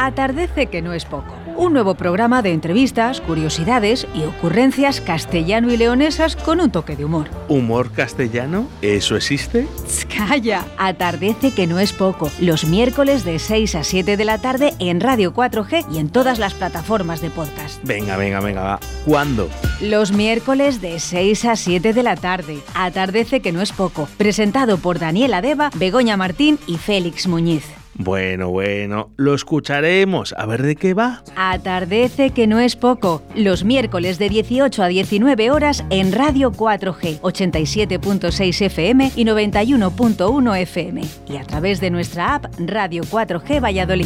Atardece que no es poco. Un nuevo programa de entrevistas, curiosidades y ocurrencias castellano y leonesas con un toque de humor. ¿Humor castellano? ¿Eso existe? ¡Tss, calla! Atardece que no es poco. Los miércoles de 6 a 7 de la tarde en Radio 4G y en todas las plataformas de podcast. Venga, va. ¿Cuándo? Los miércoles de 6 a 7 de la tarde. Atardece que no es poco. Presentado por Daniela Deva, Begoña Martín y Félix Muñiz. Bueno, lo escucharemos. A ver de qué va. Atardece que no es poco. Los miércoles de 18 a 19 horas en Radio 4G, 87.6 FM y 91.1 FM. Y a través de nuestra app Radio 4G Valladolid.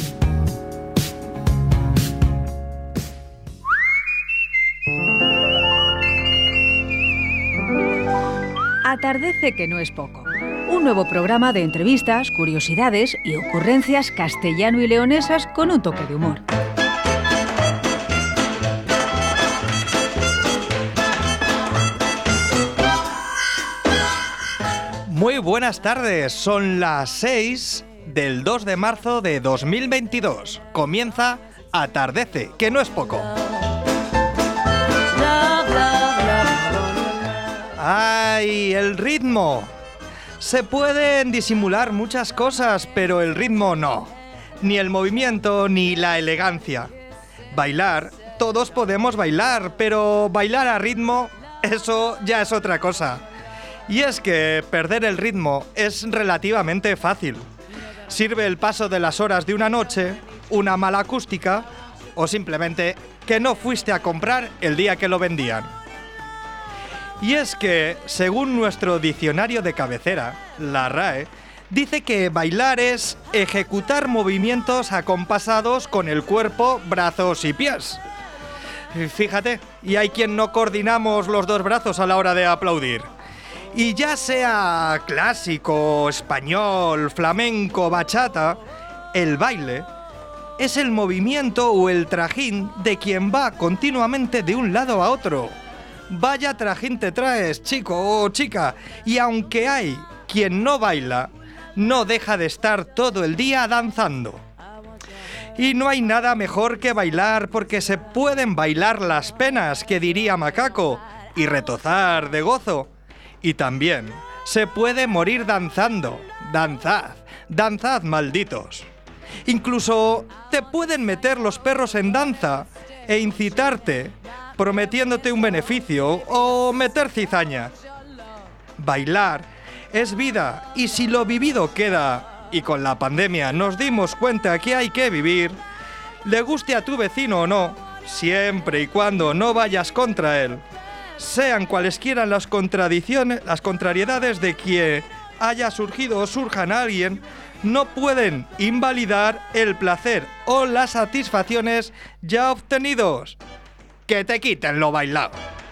Atardece que no es poco. Un nuevo programa de entrevistas, curiosidades y ocurrencias castellano y leonesas con un toque de humor. Muy buenas tardes, son las 6 del 2 de marzo de 2022. Comienza Atardece, que no es poco. ¡Ay, el ritmo! Se pueden disimular muchas cosas, pero el ritmo no. Ni el movimiento, ni la elegancia. Bailar, todos podemos bailar, pero bailar a ritmo, eso ya es otra cosa. Y es que perder el ritmo es relativamente fácil. Sirve el paso de las horas de una noche, una mala acústica, o simplemente que no fuiste a comprar el día que lo vendían. Y es que, según nuestro diccionario de cabecera, la RAE, dice que bailar es ejecutar movimientos acompasados con el cuerpo, brazos y pies. Fíjate, y hay quien no coordinamos los dos brazos a la hora de aplaudir. Y ya sea clásico, español, flamenco, bachata, el baile es el movimiento o el trajín de quien va continuamente de un lado a otro. Vaya trajín te traes, chico o chica, y aunque hay quien no baila, no deja de estar todo el día danzando. Y no hay nada mejor que bailar porque se pueden bailar las penas, que diría Macaco, y retozar de gozo. Y también se puede morir danzando. Danzad, malditos. Incluso te pueden meter los perros en danza e incitarte, prometiéndote un beneficio o meter cizaña. Bailar es vida y si lo vivido queda, y con la pandemia nos dimos cuenta que hay que vivir, le guste a tu vecino o no, siempre y cuando no vayas contra él, sean cualesquiera las contradicciones, las contrariedades de que haya surgido o surjan a alguien, no pueden invalidar el placer o las satisfacciones ya obtenidos. Que te quiten lo bailado.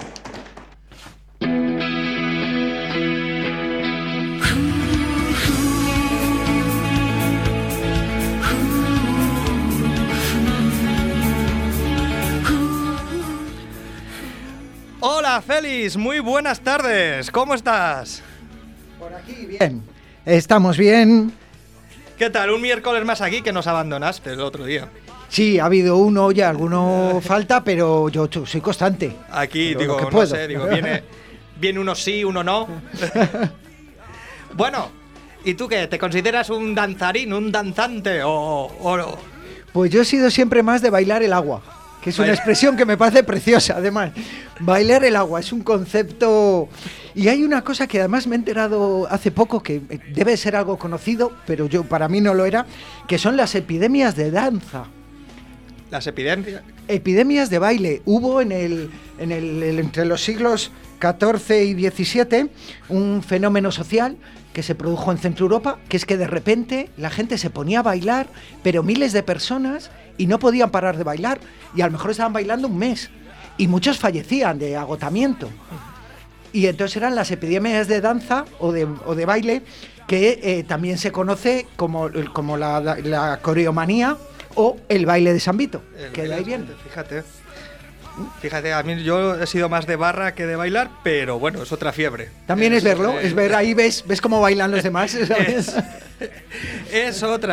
Hola Félix, muy buenas tardes, ¿cómo estás? Por aquí bien, estamos bien. ¿Qué tal? Un miércoles más aquí que nos abandonaste el otro día. Sí, ha habido uno, ya alguno falta, pero yo soy constante. Aquí, pero digo, no sé, digo, viene uno sí, uno no. Bueno, ¿y tú qué? ¿Te consideras un danzarín, un danzante o...? Pues yo he sido siempre más de bailar el agua, que es una expresión que me parece preciosa, además. Bailar el agua es un concepto... Y hay una cosa que además me he enterado hace poco, que debe ser algo conocido, pero para mí no lo era, que son las epidemias de danza. ¿Las epidemias? Epidemias de baile. Hubo entre los siglos XIV y XVII un fenómeno social que se produjo en Centro Europa, que es que de repente la gente se ponía a bailar, pero miles de personas, y no podían parar de bailar, y a lo mejor estaban bailando un mes, y muchos fallecían de agotamiento. Y entonces eran las epidemias de danza o de baile, que también se conoce como la coreomanía o el baile de San Vito, que de ahí viene. Fíjate, a mí yo he sido más de barra que de bailar, pero bueno, es otra fiebre. También es verlo, es ver ahí, ves cómo bailan los demás, ¿sabes? Es otra.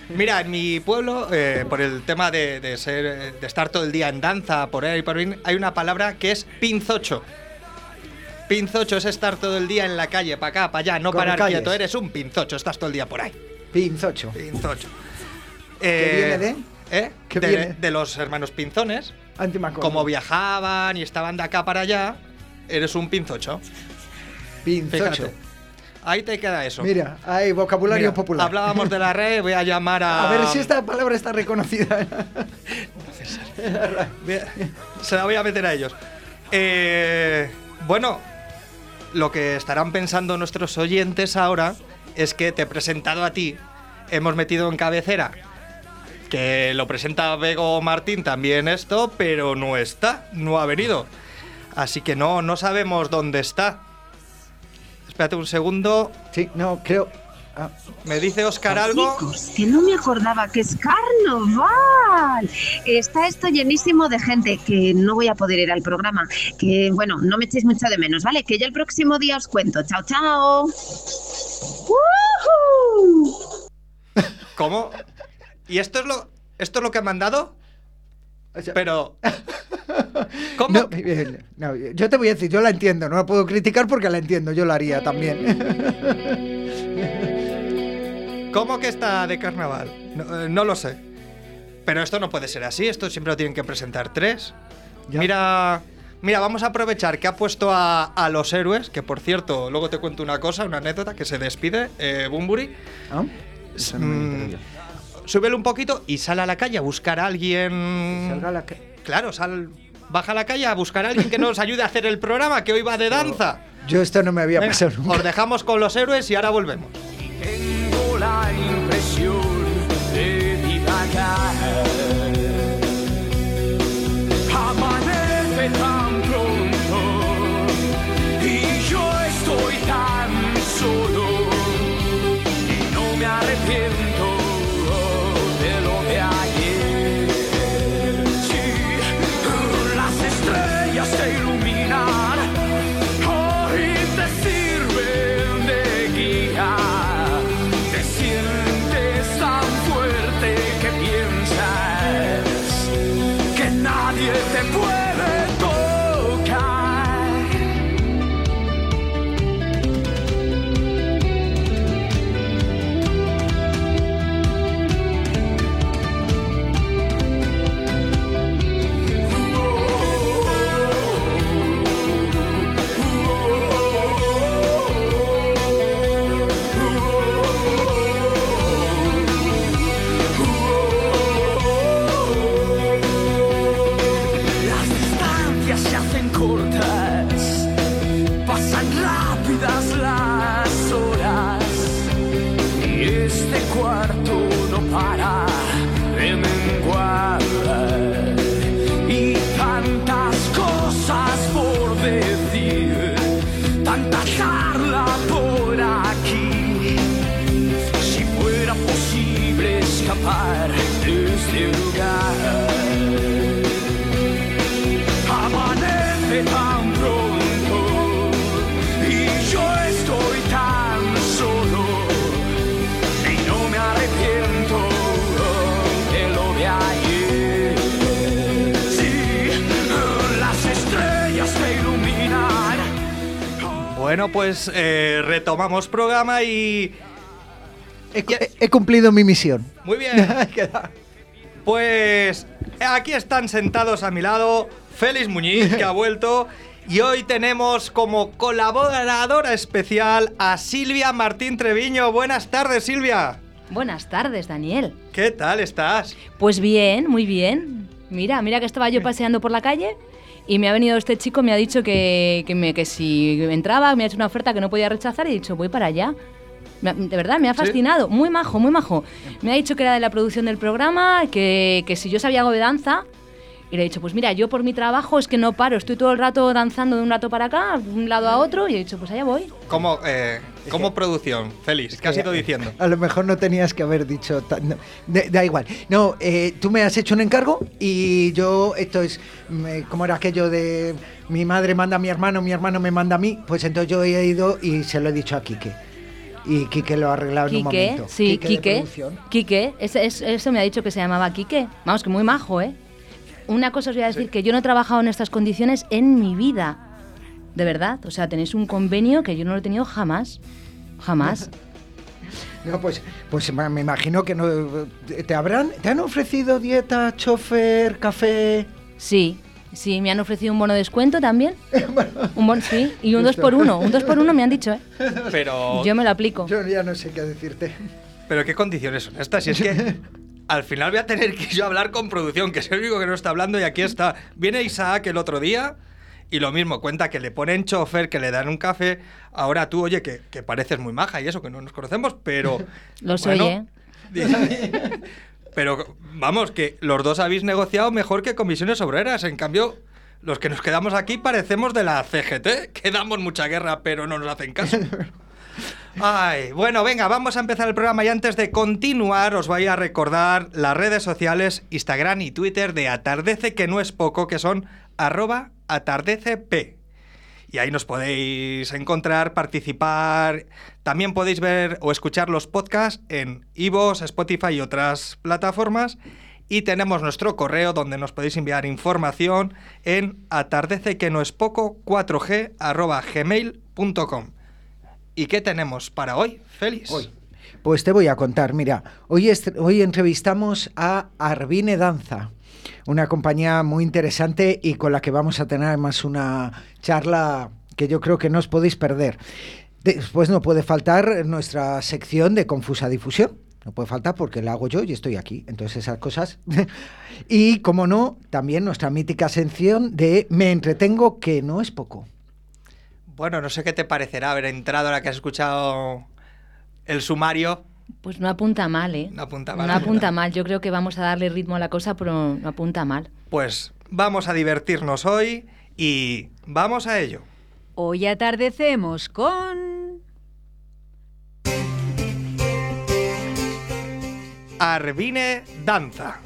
Mira, en mi pueblo, por el tema de estar todo el día en danza, por ahí, por ahí, hay una palabra que es pinzocho. Pinzocho es estar todo el día en la calle, para acá, para allá, no parar quieto. Eres un pinzocho, estás todo el día por ahí. Pinzocho. Pinzocho. ¿Qué viene de? ¿Qué viene? De los hermanos Pinzones. Antimacondo. Como viajaban y estaban de acá para allá, eres un pinzocho. Pinzocho. Fíjate. Ahí te queda eso. Mira, hay vocabulario popular. Hablábamos de la red, voy a llamar a... A ver si esta palabra está reconocida. Se la voy a meter a ellos. Bueno, lo que estarán pensando nuestros oyentes ahora es que te he presentado a ti, hemos metido en cabecera que lo presenta Bego Martín también esto, pero no está, no ha venido. Así que no sabemos dónde está. Espérate un segundo. Sí, no, creo... ¿Me dice Óscar algo? Chicos, que no me acordaba que es carnaval. Está esto llenísimo de gente, que no voy a poder ir al programa. Que, bueno, no me echéis mucho de menos, ¿vale? Que ya el próximo día os cuento. ¡Chao, chao! ¡Woohoo! ¿Cómo? ¿Y esto es lo que han mandado? Pero... ¿Cómo? No, yo te voy a decir, yo la entiendo, no la puedo criticar porque la entiendo, yo la haría también. ¿Cómo que está de carnaval? No lo sé. Pero esto no puede ser así, esto siempre lo tienen que presentar 3. ¿Ya? Mira, vamos a aprovechar que ha puesto a los héroes, que por cierto, luego te cuento una cosa, una anécdota, que se despide, Bumburi. ¿Ah? Súbele un poquito y sal a la calle a buscar a alguien... Salga a la Claro, baja a la calle a buscar a alguien que nos ayude a hacer el programa, que hoy va de danza. Yo esto no me había pasado nunca. Os dejamos con los héroes y ahora volvemos. Tengo la impresión de divagar. Amanece tan pronto y yo estoy tan solo y no me arrepiento de lo de ayer. Sí, las estrellas se iluminan, hoy te sirven de guía. Te sientes tan fuerte que piensas que nadie te puede tocar. Las distancias se hacen cortas, pasan rápidas las horas y este cuarto no para de menguar y tantas cosas por decir, tanta charla por aquí. Si fuera posible escapar de este lugar. Amanece tan pronto y yo estoy tan solo y no me arrepiento de lo de ayer. Sí, las estrellas te iluminan. Bueno, pues retomamos programa y... He cumplido mi misión. Muy bien. Pues aquí están sentados a mi lado Félix Muñiz, que ha vuelto, y hoy tenemos como colaboradora especial a Silvia Martín Treviño. Buenas tardes, Silvia. Buenas tardes, Daniel. ¿Qué tal estás? Pues bien, muy bien. Mira que estaba yo paseando por la calle y me ha venido este chico, me ha dicho que si entraba, me ha hecho una oferta que no podía rechazar y he dicho, voy para allá. De verdad, me ha fascinado. ¿Sí? Muy majo, muy majo. Me ha dicho que era de la producción del programa, que si yo sabía algo de danza. Y le he dicho, pues mira, yo por mi trabajo es que no paro, estoy todo el rato danzando de un rato para acá, de un lado a otro, y he dicho, pues allá voy. ¿Cómo producción, Félix? ¿Qué has ido diciendo? A lo mejor no tenías que haber dicho... da igual. No, tú me has hecho un encargo y yo, esto es, como era aquello de mi madre manda a mi hermano me manda a mí, pues entonces yo he ido y se lo he dicho a Quique. y Quique lo ha arreglado en un momento. Sí, de Quique. producción. Quique, eso me ha dicho que se llamaba Quique. Vamos, que muy majo, ¿eh? Una cosa os voy a decir, que yo no he trabajado en estas condiciones en mi vida. De verdad. O sea, tenéis un convenio que yo no lo he tenido jamás. Jamás. No, pues me imagino que no. ¿Te han ofrecido dieta, chofer, café? Sí, me han ofrecido un bono de descuento también. Sí, y un 2x1. Un 2x1 me han dicho, ¿eh? Pero... Yo me lo aplico. Yo ya no sé qué decirte. Pero ¿qué condiciones son estas? Si es que al final voy a tener que yo hablar con producción, que es el único que no está hablando, y aquí está. Viene Isaac el otro día y lo mismo, cuenta que le ponen chofer, que le dan un café. Ahora tú, oye, que pareces muy maja y eso, que no nos conocemos, pero... Lo soy, bueno, pero vamos, que los dos habéis negociado mejor que comisiones obreras. En cambio, los que nos quedamos aquí parecemos de la CGT, que damos mucha guerra, pero no nos hacen caso. Ay, bueno, venga, vamos a empezar el programa y antes de continuar os voy a recordar las redes sociales, Instagram y Twitter de Atardece, que no es poco, que son @atardecepb. Y ahí nos podéis encontrar, participar. También podéis ver o escuchar los podcasts en iVoox, Spotify y otras plataformas. Y tenemos nuestro correo donde nos podéis enviar información en atardecequenoespoco4g@gmail.com. ¿Y qué tenemos para hoy, Félix? Hoy. Pues te voy a contar, mira, hoy entrevistamos a Arvine Danza, una compañía muy interesante y con la que vamos a tener además una charla que yo creo que no os podéis perder. Después no puede faltar nuestra sección de Confusa Difusión. No puede faltar porque la hago yo y estoy aquí. Entonces esas cosas. Y, como no, también nuestra mítica sección de Me entretengo, que no es poco. Bueno, no sé qué te parecerá haber entrado ahora que has escuchado el sumario. Pues no apunta mal, ¿eh? No apunta mal. No apunta mal. Yo creo que vamos a darle ritmo a la cosa, pero no apunta mal. Pues vamos a divertirnos hoy y vamos a ello. Hoy atardecemos con... Arvine Danza.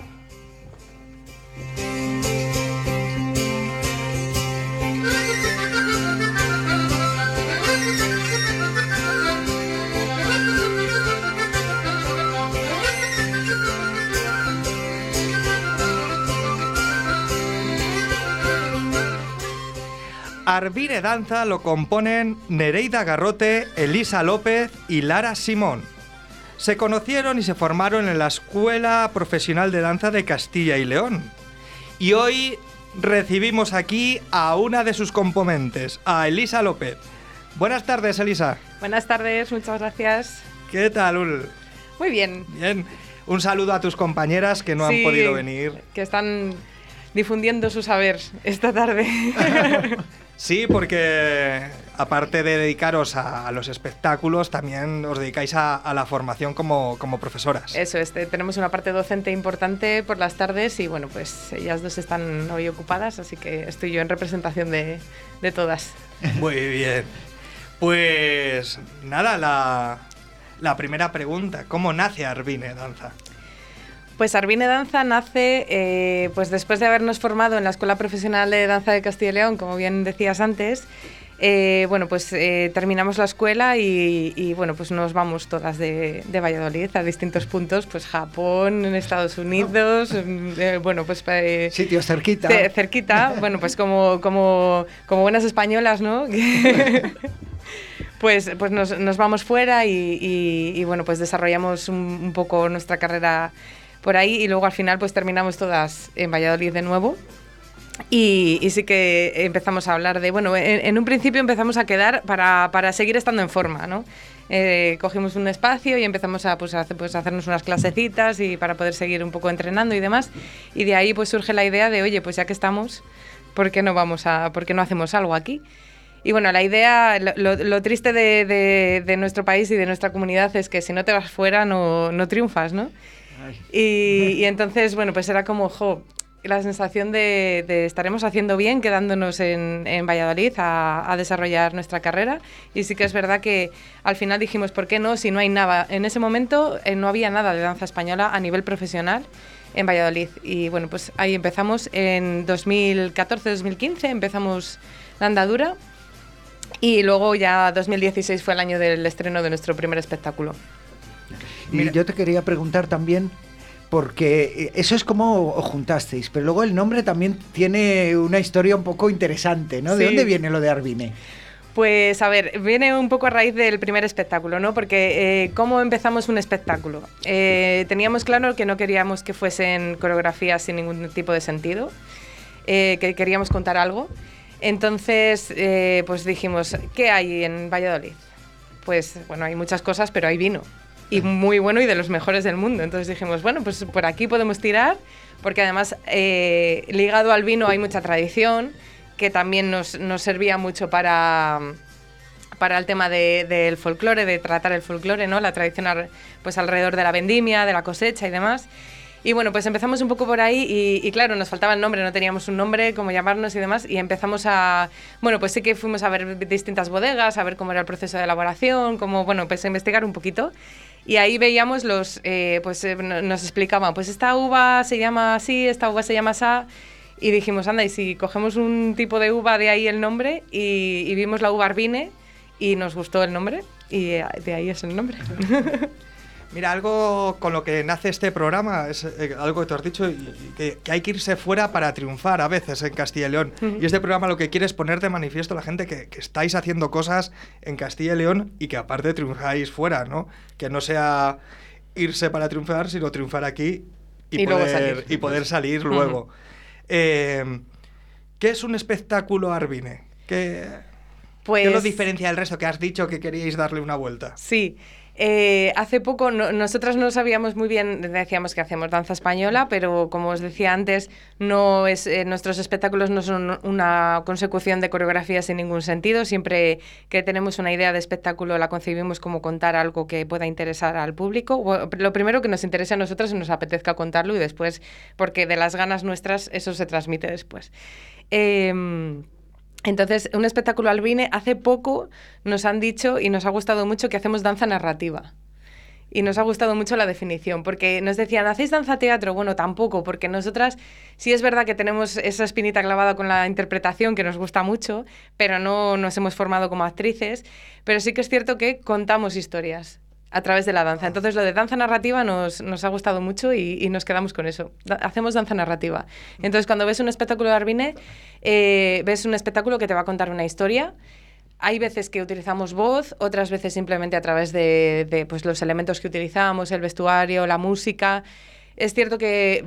Arvine Danza lo componen Nereida Garrote, Elisa López y Lara Simón. Se conocieron y se formaron en la Escuela Profesional de Danza de Castilla y León. Y hoy recibimos aquí a una de sus componentes, a Elisa López. Buenas tardes, Elisa. Buenas tardes, muchas gracias. ¿Qué tal? Muy bien. Bien. Un saludo a tus compañeras que no han podido venir. Que están difundiendo su saber esta tarde. Sí, porque aparte de dedicaros a los espectáculos, también os dedicáis a la formación como profesoras. Eso es, tenemos una parte docente importante por las tardes y bueno, pues ellas dos están hoy ocupadas, así que estoy yo en representación de todas. Muy bien. Pues nada, la primera pregunta, ¿cómo nace Arvine Danza? Pues Arvine Danza nace pues después de habernos formado en la Escuela Profesional de Danza de Castilla y León, como bien decías antes. Bueno, pues terminamos la escuela y bueno, pues nos vamos todas de Valladolid a distintos puntos, pues Japón, en Estados Unidos, bueno, pues... sitios cerquita. Cerquita, bueno, pues como buenas españolas, ¿no? Pues nos vamos fuera y bueno, pues desarrollamos un poco nuestra carrera por ahí y luego al final pues terminamos todas en Valladolid de nuevo y sí que empezamos a hablar de, bueno, en un principio empezamos a quedar para seguir estando en forma, ¿no? Cogimos un espacio y empezamos a hacernos unas clasecitas y para poder seguir un poco entrenando y demás, y de ahí pues surge la idea de, oye, pues ya que estamos, ¿por qué no hacemos algo aquí? Y bueno, la idea, lo triste de nuestro país y de nuestra comunidad es que si no te vas fuera no triunfas, ¿no? Y entonces, bueno, pues era como, la sensación de estaremos haciendo bien quedándonos en Valladolid a desarrollar nuestra carrera. Y sí que es verdad que al final dijimos, ¿por qué no? Si no hay nada. En ese momento no había nada de danza española a nivel profesional en Valladolid. Y bueno, pues ahí empezamos en 2014-2015, empezamos la andadura. Y luego ya 2016 fue el año del estreno de nuestro primer espectáculo. Y yo te quería preguntar también, porque eso es como os juntasteis, pero luego el nombre también tiene una historia un poco interesante, ¿no? ¿De dónde viene lo de Arvine? Pues a ver, viene un poco a raíz del primer espectáculo, ¿no? Porque ¿cómo empezamos un espectáculo? Teníamos claro que no queríamos que fuesen coreografías sin ningún tipo de sentido, que queríamos contar algo. Entonces, pues dijimos, ¿qué hay en Valladolid? Pues bueno, hay muchas cosas, pero hay vino. Y muy bueno y de los mejores del mundo. Entonces dijimos, bueno, pues por aquí podemos tirar, porque además ligado al vino hay mucha tradición, que también nos servía mucho para el tema del folclore, de tratar el folclore, ¿no? La tradición pues alrededor de la vendimia, de la cosecha y demás. Y bueno, pues empezamos un poco por ahí y claro, nos faltaba el nombre, no teníamos un nombre, cómo llamarnos y demás, y empezamos bueno, pues sí que fuimos a ver distintas bodegas, a ver cómo era el proceso de elaboración, bueno, pues a investigar un poquito. Y ahí veíamos nos explicaban, pues esta uva se llama así, esta uva se llama asá, y dijimos, anda, y si cogemos un tipo de uva, de ahí el nombre, y vimos la uva Arvine, y nos gustó el nombre, y de ahí es el nombre. Mira, algo con lo que nace este programa es algo que te has dicho, que hay que irse fuera para triunfar a veces en Castilla y León. Y este programa lo que quiere es poner de manifiesto a la gente que estáis haciendo cosas en Castilla y León y que aparte triunfáis fuera, ¿no? Que no sea irse para triunfar, sino triunfar aquí y poder salir luego. ¿Qué es un espectáculo Arvine? ¿Qué lo diferencia del resto que has dicho que queríais darle una vuelta? Sí. Hace poco nosotras no sabíamos muy bien, decíamos que hacemos danza española, pero como os decía antes, nuestros espectáculos no son una consecución de coreografías en ningún sentido. Siempre que tenemos una idea de espectáculo la concebimos como contar algo que pueda interesar al público. Lo primero que nos interese a nosotras y nos apetezca contarlo y después, porque de las ganas nuestras eso se transmite después. Entonces, un espectáculo Arvine, hace poco nos han dicho y nos ha gustado mucho que hacemos danza narrativa. Y nos ha gustado mucho la definición, porque nos decían, ¿hacéis danza teatro? Bueno, tampoco, porque nosotras sí es verdad que tenemos esa espinita clavada con la interpretación, que nos gusta mucho, pero no nos hemos formado como actrices, pero sí que es cierto que contamos historias a través de la danza. Entonces, lo de danza narrativa nos ha gustado mucho y nos quedamos con eso. Hacemos danza narrativa. Entonces, cuando ves un espectáculo de Arvine, ves un espectáculo que te va a contar una historia. Hay veces que utilizamos voz, otras veces simplemente a través de pues, los elementos que utilizamos, el vestuario, la música. Es cierto que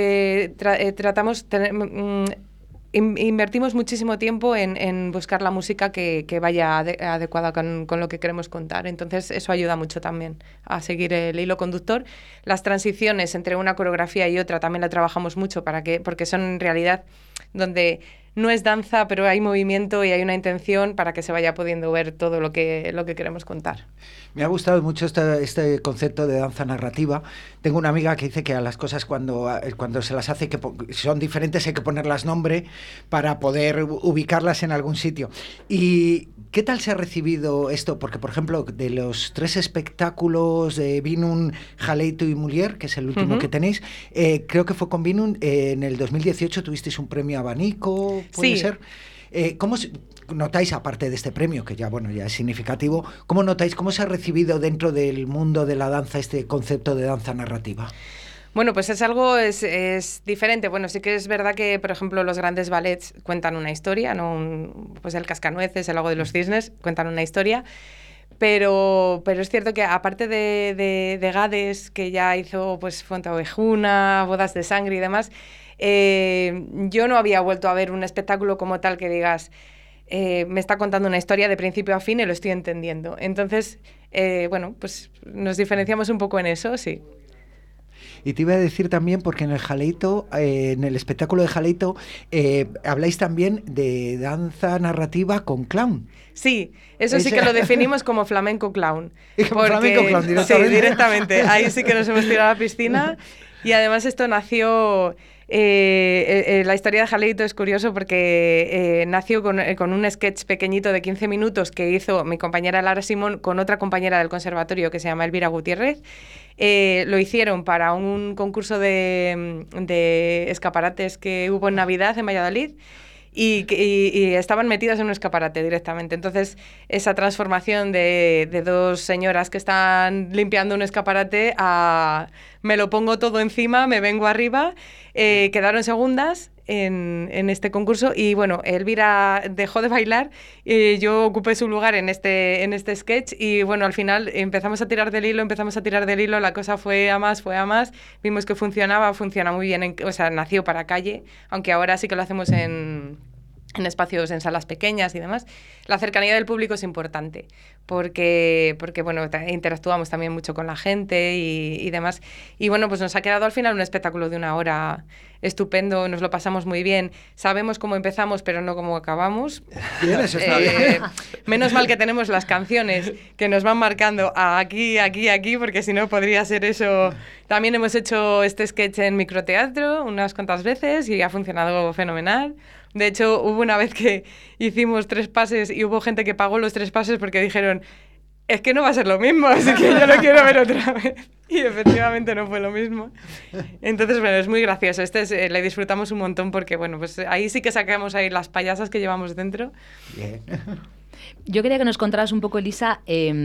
invertimos muchísimo tiempo en buscar la música que vaya adecuada con lo que queremos contar. Entonces, eso ayuda mucho también a seguir el hilo conductor. Las transiciones entre una coreografía y otra también la trabajamos mucho porque son en realidad donde no es danza, pero hay movimiento y hay una intención para que se vaya pudiendo ver todo lo que queremos contar. Me ha gustado mucho este concepto de danza narrativa. Tengo una amiga que dice que a las cosas cuando se las hace, que son diferentes, hay que ponerlas nombre para poder ubicarlas en algún sitio. ¿Y qué tal se ha recibido esto? Porque, por ejemplo, de los 3 espectáculos de Vinum, Jaleito y Mulier, que es el último que tenéis, creo que fue con Vinum, en el 2018 tuvisteis un premio Abanico, ¿puede ser? ¿Cómo notáis, aparte de este premio, que ya es significativo, cómo notáis, cómo se ha recibido dentro del mundo de la danza este concepto de danza narrativa? Bueno, pues es diferente. Bueno, sí que es verdad que, por ejemplo, los grandes ballets cuentan una historia, ¿no? Pues el Cascanueces, el Lago de los Cisnes, cuentan una historia. Pero es cierto que aparte de Gades, que ya hizo pues Fuenteovejuna, Bodas de Sangre y demás, yo no había vuelto a ver un espectáculo como tal que digas, me está contando una historia de principio a fin y lo estoy entendiendo. Entonces, pues nos diferenciamos un poco en eso, sí. Y te iba a decir también, porque en el Jaleito, en el espectáculo de Jaleito, habláis también de danza narrativa con clown. Sí, eso sí que lo definimos como flamenco clown. Flamenco clown, directamente. Sí, directamente. Ahí sí que nos hemos tirado a la piscina. Y además esto nació... la historia de Jaleito es curioso porque nació con un sketch pequeñito de 15 minutos que hizo mi compañera Lara Simón con otra compañera del conservatorio que se llama Elvira Gutiérrez. Lo hicieron para un concurso de escaparates que hubo en Navidad en Valladolid y estaban metidas en un escaparate directamente. Entonces, esa transformación de dos señoras que están limpiando un escaparate a me lo pongo todo encima, me vengo arriba, quedaron segundas en este concurso y bueno, Elvira dejó de bailar y yo ocupé su lugar en este sketch y bueno, al final empezamos a tirar del hilo, la cosa fue a más, vimos que funciona muy bien, o sea, nació para calle, aunque ahora sí que lo hacemos en espacios, en salas pequeñas y demás. La cercanía del público es importante porque bueno, interactuamos también mucho con la gente y demás. Y bueno, pues nos ha quedado al final un espectáculo de 1 hora estupendo, nos lo pasamos muy bien. Sabemos cómo empezamos, pero no cómo acabamos. Bien, eso está bien. Menos mal que tenemos las canciones que nos van marcando aquí, porque si no podría ser eso. También hemos hecho este sketch en microteatro unas cuantas veces y ha funcionado fenomenal. De hecho, hubo una vez que hicimos 3 pases y hubo gente que pagó los 3 pases porque dijeron, es que no va a ser lo mismo, así que yo lo quiero ver otra vez. Y efectivamente no fue lo mismo. Entonces, bueno, es muy gracioso. Le disfrutamos un montón porque, bueno, pues ahí sí que sacamos ahí las payasas que llevamos dentro. Bien. Yo quería que nos contaras un poco, Elisa,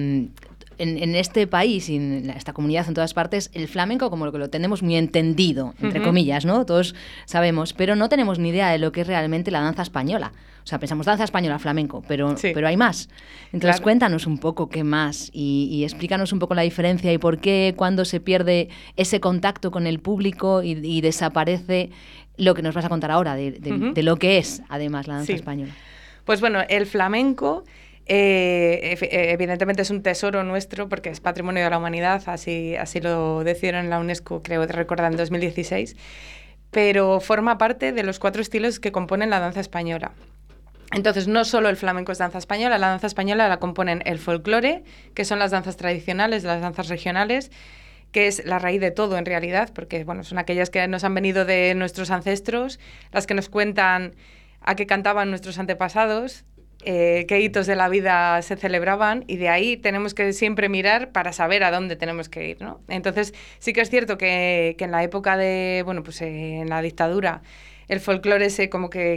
en este país y en esta comunidad en todas partes, el flamenco como lo que lo tenemos muy entendido, entre comillas, ¿no? Todos sabemos, pero no tenemos ni idea de lo que es realmente la danza española. O sea, pensamos danza española, flamenco, pero hay más. Entonces, claro. Cuéntanos un poco qué más y explícanos un poco la diferencia y por qué cuando se pierde ese contacto con el público y desaparece lo que nos vas a contar ahora de lo que es, además, la danza española. Pues bueno, el flamenco evidentemente es un tesoro nuestro porque es patrimonio de la humanidad, así lo decidieron en la UNESCO, creo recordar, en 2016, pero forma parte de los 4 estilos que componen la danza española. Entonces, no solo el flamenco es danza española, la danza española la componen el folclore, que son las danzas tradicionales, las danzas regionales, que es la raíz de todo en realidad, porque bueno, son aquellas que nos han venido de nuestros ancestros, las que nos cuentan a qué cantaban nuestros antepasados, qué hitos de la vida se celebraban y de ahí tenemos que siempre mirar para saber a dónde tenemos que ir, ¿no? Entonces sí que es cierto que en la época de, bueno, pues en la dictadura el folclore se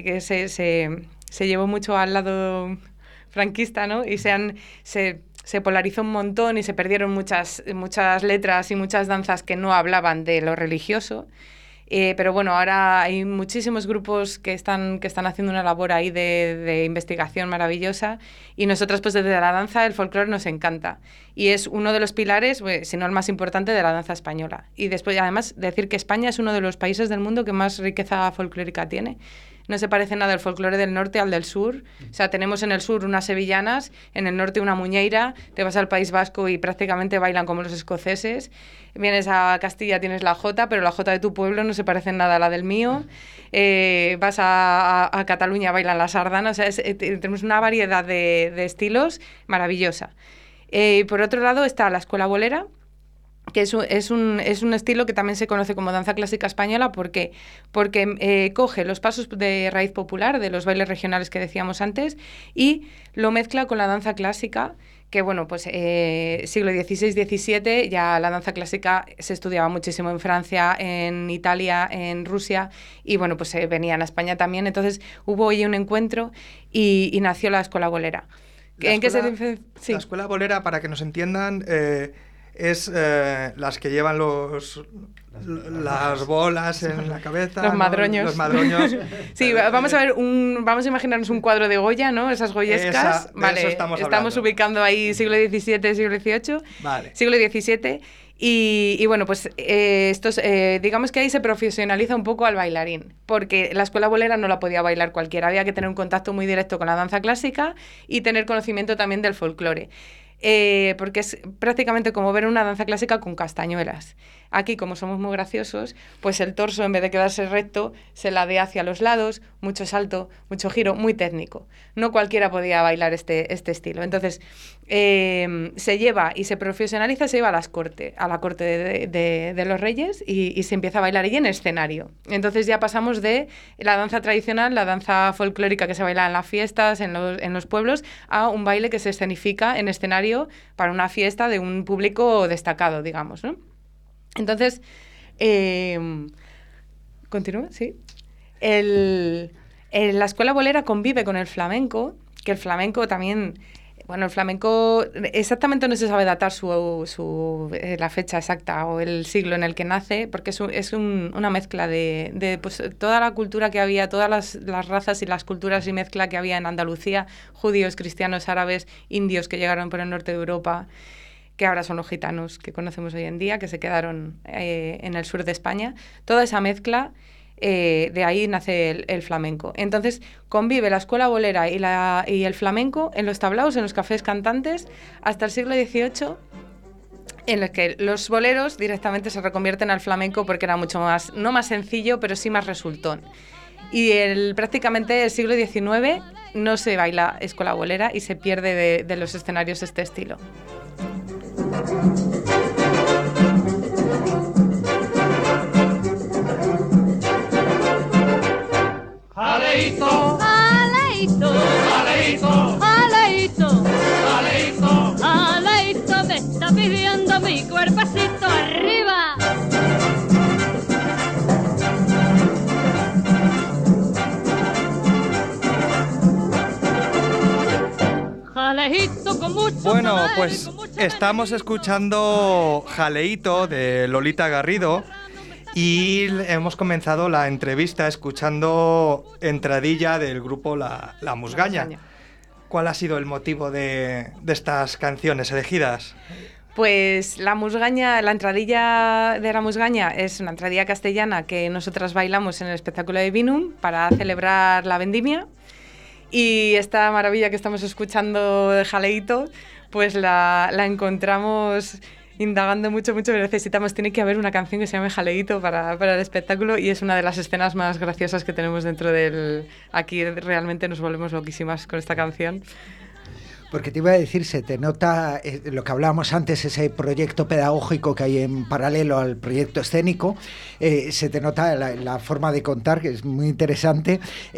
llevó mucho al lado franquista, ¿no? Y se polarizó un montón y se perdieron muchas letras y muchas danzas que no hablaban de lo religioso. Pero bueno, ahora hay muchísimos grupos que están haciendo una labor ahí de investigación maravillosa y nosotras pues desde la danza el folclore nos encanta y es uno de los pilares, pues, si no el más importante, de la danza española. Y después además decir que España es uno de los países del mundo que más riqueza folclórica tiene. No se parece nada el folclore del norte al del sur. O sea, tenemos en el sur unas sevillanas, en el norte una muñeira, te vas al País Vasco y prácticamente bailan como los escoceses. Vienes a Castilla, tienes la jota, pero la jota de tu pueblo no se parece en nada a la del mío. Vas a Cataluña, bailan la sardana. O sea, tenemos una variedad de estilos maravillosa. Por otro lado está la escuela bolera, que es un estilo que también se conoce como danza clásica española. ¿Por qué? Porque coge los pasos de raíz popular de los bailes regionales que decíamos antes y lo mezcla con la danza clásica, que bueno, pues siglo XVI-XVII ya la danza clásica se estudiaba muchísimo en Francia, en Italia, en Rusia y bueno, pues venían a España también. Entonces hubo ahí un encuentro y nació la escuela bolera. La escuela bolera, para que nos entiendan, es las que llevan las bolas en la cabeza. Los madroños. ¿no? Los madroños. Sí, vamos a imaginarnos un cuadro de Goya, ¿no? Esas goyescas. Vale, eso estamos ubicando ahí siglo XVII, siglo XVIII. Vale. Siglo XVII. Y bueno, pues digamos que ahí se profesionaliza un poco al bailarín, porque la escuela bolera no la podía bailar cualquiera, había que tener un contacto muy directo con la danza clásica y tener conocimiento también del folclore. Porque es prácticamente como ver una danza clásica con castañuelas. Aquí, como somos muy graciosos, pues el torso, en vez de quedarse recto, se ladea hacia los lados, mucho salto, mucho giro, muy técnico. No cualquiera podía bailar este estilo. Entonces, se lleva y se profesionaliza, se lleva a la corte de los reyes y se empieza a bailar allí en escenario. Entonces ya pasamos de la danza tradicional, la danza folclórica que se baila en las fiestas, en los pueblos, a un baile que se escenifica en escenario para una fiesta de un público destacado, digamos, ¿no? Entonces, ¿continúa? Sí. La escuela bolera convive con el flamenco, que el flamenco también... Bueno, el flamenco exactamente no se sabe datar la fecha exacta o el siglo en el que nace, porque es una mezcla de pues, toda la cultura que había, todas las razas y las culturas y mezcla que había en Andalucía, judíos, cristianos, árabes, indios que llegaron por el norte de Europa, que ahora son los gitanos que conocemos hoy en día, que se quedaron en el sur de España. Toda esa mezcla... de ahí nace el flamenco. Entonces convive la escuela bolera y el flamenco en los tablaos, en los cafés cantantes, hasta el siglo XVIII, en los que los boleros directamente se reconvierten al flamenco porque era mucho más, no más sencillo, pero sí más resultón. Y prácticamente el siglo XIX no se baila escuela bolera y se pierde de los escenarios este estilo. Jaleito, jaleito, jaleito, jaleito, jaleito, jaleito, me está pidiendo mi cuerpecito arriba. Jaleito con mucho Bueno, poder, pues con mucha estamos escuchando Jaleito de Lolita Garrido. Y hemos comenzado la entrevista escuchando entradilla del grupo La Musgaña. ¿Cuál ha sido el motivo de estas canciones elegidas? Pues la musgaña, la entradilla de la musgaña es una entradilla castellana que nosotras bailamos en el espectáculo de Vinum para celebrar la vendimia. Y esta maravilla que estamos escuchando de Jaleito, pues la encontramos... indagando mucho, tiene que haber una canción que se llame Jaleito para el espectáculo y es una de las escenas más graciosas que tenemos dentro del... Aquí realmente nos volvemos loquísimas con esta canción. Porque te iba a decir, se te nota lo que hablábamos antes, ese proyecto pedagógico que hay en paralelo al proyecto escénico, se te nota la forma de contar, que es muy interesante.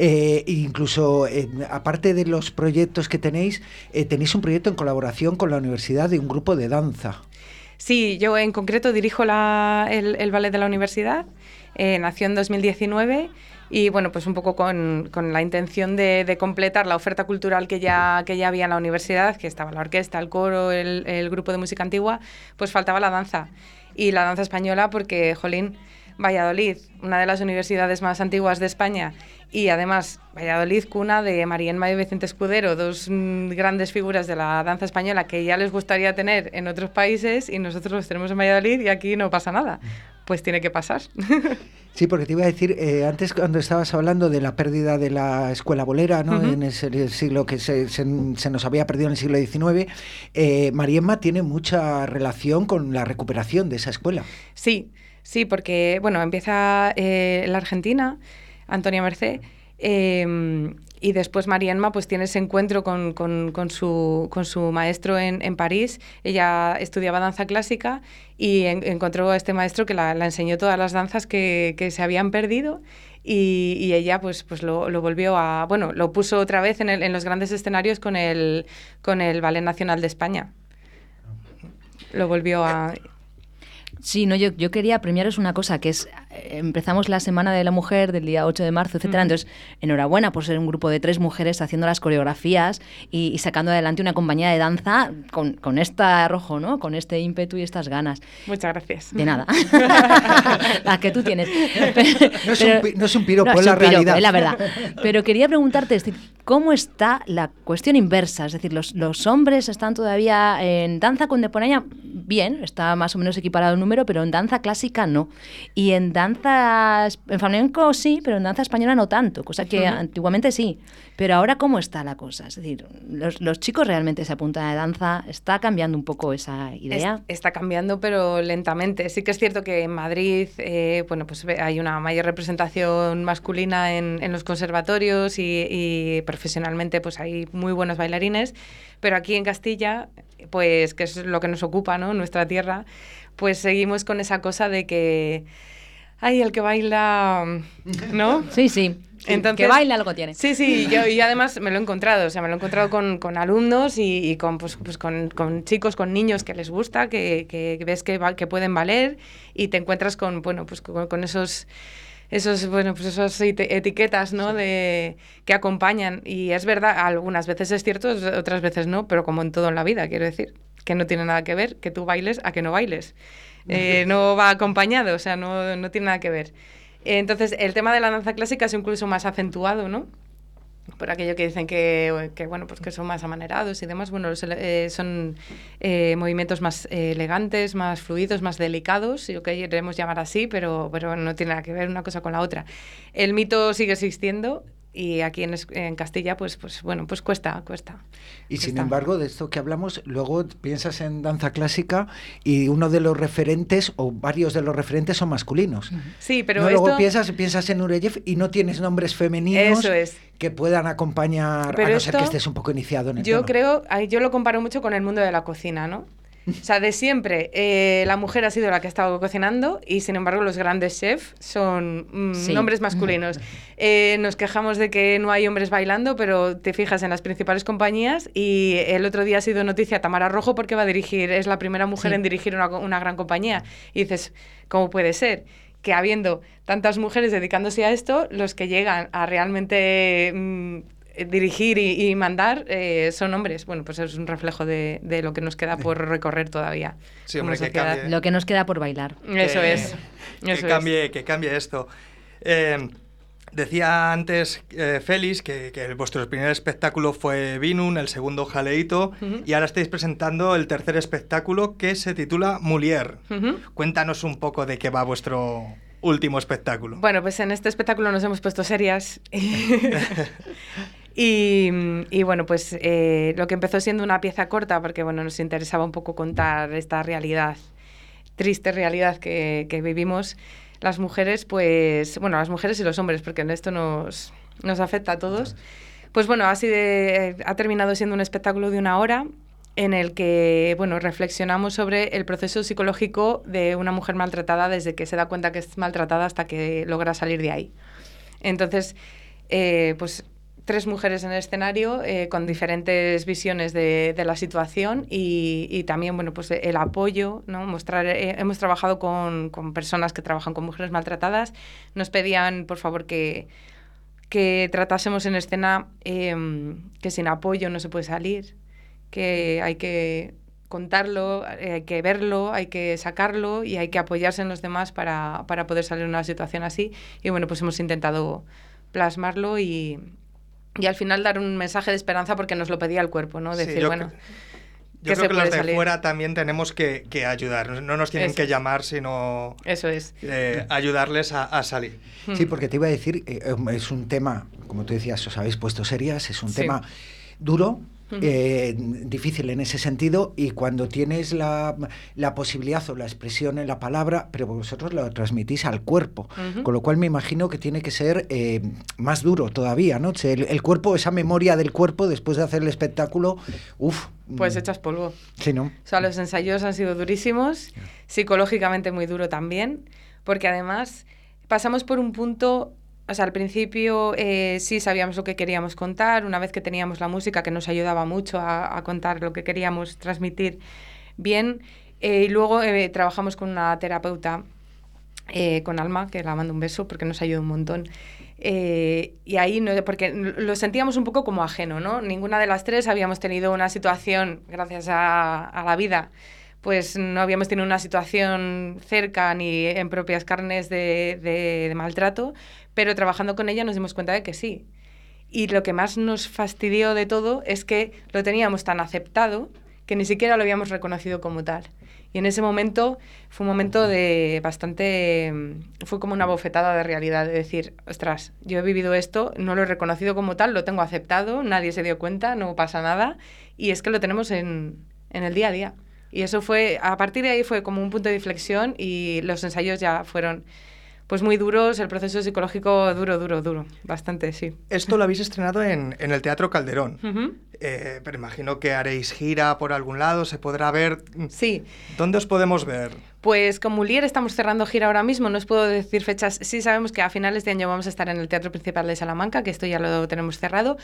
Incluso, aparte de los proyectos que tenéis un proyecto en colaboración con la universidad de un grupo de danza. Sí, yo en concreto dirijo el ballet de la universidad, nació en 2019 y bueno, pues un poco con la intención de completar la oferta cultural que ya había en la universidad, que estaba la orquesta, el coro, el grupo de música antigua, pues faltaba la danza. Y la danza española porque, jolín, Valladolid, una de las universidades más antiguas de España, y además Valladolid, cuna de María Emma y Vicente Escudero, dos grandes figuras de la danza española que ya les gustaría tener en otros países y nosotros los tenemos en Valladolid y aquí no pasa nada. Pues tiene que pasar. Sí, porque te iba a decir, antes cuando estabas hablando de la pérdida de la escuela bolera, ¿no? En ese siglo que se nos había perdido en el siglo XIX, María Emma tiene mucha relación con la recuperación de esa escuela. Sí, porque bueno, empieza la Argentina, Antonia Mercé, y después María Emma pues tiene ese encuentro con su maestro en París. Ella estudiaba danza clásica y encontró a este maestro que la enseñó todas las danzas que se habían perdido y ella pues lo volvió a... Bueno, lo puso otra vez en los grandes escenarios con el Ballet Nacional de España. Lo volvió a... Sí, no, yo quería premiaros una cosa, que es, empezamos la Semana de la Mujer del día 8 de marzo, etcétera. Entonces, enhorabuena por ser un grupo de 3 mujeres haciendo las coreografías y sacando adelante una compañía de danza con este arrojo, ¿no? Con este ímpetu y estas ganas. Muchas gracias. De nada. La que tú tienes. No es un piropo, no, es la realidad. Es la verdad. Pero quería preguntarte, es decir, ¿cómo está la cuestión inversa? Es decir, los hombres están todavía en danza contemporánea, bien, está más o menos equiparado el número, pero en danza clásica no. Y en flamenco sí, pero en danza española no tanto, cosa que antiguamente sí. Pero ahora, ¿cómo está la cosa? Es decir, los chicos realmente se apuntan a danza, ¿está cambiando un poco esa idea? Está cambiando, pero lentamente. Sí que es cierto que en Madrid bueno, pues hay una mayor representación masculina en los conservatorios y profesionalmente pues hay muy buenos bailarines, pero aquí en Castilla, pues que es lo que nos ocupa, ¿no? Nuestra tierra, pues seguimos con esa cosa de que ay, el que baila, ¿no? Sí. Entonces, que baila algo tiene. Sí, yo además me lo he encontrado, con alumnos y con chicos, con niños que les gusta, que ves que pueden valer y te encuentras con esos esas etiquetas, ¿no? Que acompañan. Y es verdad, algunas veces es cierto, otras veces no, pero como en todo en la vida, quiero decir, que no tiene nada que ver que tú bailes a que no bailes. No va acompañado, o sea, no tiene nada que ver. Entonces, el tema de la danza clásica es incluso más acentuado, ¿no? Por aquello que dicen que bueno, pues que son más amanerados y demás. Bueno, son movimientos más elegantes, más fluidos, más delicados, si lo queremos llamar así, pero no tiene nada que ver una cosa con la otra. El mito sigue existiendo. Y aquí en Castilla, pues bueno, pues cuesta. Y sin embargo, de esto que hablamos, luego piensas en danza clásica y uno de los referentes, o varios de los referentes, son masculinos. Sí, pero no, luego piensas en Nureyev y no tienes nombres femeninos que puedan acompañar, pero a no ser que estés un poco iniciado en el tema. Yo lo comparo mucho con el mundo de la cocina, ¿no? O sea, de siempre la mujer ha sido la que ha estado cocinando y, sin embargo, los grandes chefs son hombres masculinos. Nos quejamos de que no hay hombres bailando, pero te fijas en las principales compañías y el otro día ha sido noticia Tamara Rojo porque va a dirigir, es la primera mujer en dirigir una gran compañía. Y dices, ¿cómo puede ser que habiendo tantas mujeres dedicándose a esto, los que llegan a realmente dirigir y mandar son hombres? Bueno, pues es un reflejo de lo que nos queda por recorrer todavía. Sí, hombre, que cambie. Lo que nos queda por bailar. Eso es. Que cambie esto. Decía antes Félix que vuestro primer espectáculo fue Vinum, el segundo Jaleito, y ahora estáis presentando el tercer espectáculo que se titula Mulier. Cuéntanos un poco de qué va vuestro último espectáculo. Bueno, pues en este espectáculo nos hemos puesto serias. Y bueno, pues lo que empezó siendo una pieza corta, porque bueno, nos interesaba un poco contar esta realidad, triste realidad que vivimos las mujeres, pues bueno, las mujeres y los hombres, porque en esto nos afecta a todos. Pues bueno, ha terminado siendo un espectáculo de 1 hora en el que bueno, reflexionamos sobre el proceso psicológico de una mujer maltratada desde que se da cuenta que es maltratada hasta que logra salir de ahí. Entonces, pues 3 mujeres en el escenario con diferentes visiones de la situación y también bueno, pues el apoyo, ¿no? Hemos trabajado con personas que trabajan con mujeres maltratadas. Nos pedían, por favor, que tratásemos en escena que sin apoyo no se puede salir, que hay que contarlo, hay que verlo, hay que sacarlo y hay que apoyarse en los demás para poder salir de una situación así. Y bueno, pues hemos intentado plasmarlo y al final dar un mensaje de esperanza porque nos lo pedía el cuerpo, ¿no? Decir, yo creo que los de fuera también tenemos que ayudar. No nos tienen que llamar, sino eso es. Ayudarles a salir. Sí, porque te iba a decir, es un tema, como tú decías, os habéis puesto serias, es un tema duro, difícil en ese sentido, y cuando tienes la posibilidad o la expresión en la palabra, pero vosotros lo transmitís al cuerpo, con lo cual me imagino que tiene que ser más duro todavía, ¿no? El cuerpo, esa memoria del cuerpo después de hacer el espectáculo, pues echas polvo. Sí, ¿no? O sea, los ensayos han sido durísimos, psicológicamente muy duro también, porque además pasamos por un punto. O sea, al principio sí sabíamos lo que queríamos contar, una vez que teníamos la música que nos ayudaba mucho a contar lo que queríamos transmitir bien, y luego trabajamos con una terapeuta, con Alma, que la mando un beso porque nos ayudó un montón, y ahí, porque lo sentíamos un poco como ajeno, ¿no? Ninguna de las 3 habíamos tenido una situación, gracias a la vida, pues no habíamos tenido una situación cerca ni en propias carnes de maltrato, pero trabajando con ella nos dimos cuenta de que sí. Y lo que más nos fastidió de todo es que lo teníamos tan aceptado que ni siquiera lo habíamos reconocido como tal. Y en ese momento fue un momento fue como una bofetada de realidad, de decir, ostras, yo he vivido esto, no lo he reconocido como tal, lo tengo aceptado, nadie se dio cuenta, no pasa nada, y es que lo tenemos en el día a día. Y eso fue, a partir de ahí fue como un punto de inflexión y los ensayos ya fueron pues muy duros, el proceso psicológico duro, bastante, sí. Esto lo habéis estrenado en el Teatro Calderón, pero imagino que haréis gira por algún lado, se podrá ver. Sí. ¿Dónde os podemos ver? Pues con Mulier estamos cerrando gira ahora mismo, no os puedo decir fechas. Sí sabemos que a finales de año vamos a estar en el Teatro Principal de Salamanca, que esto ya lo tenemos cerrado.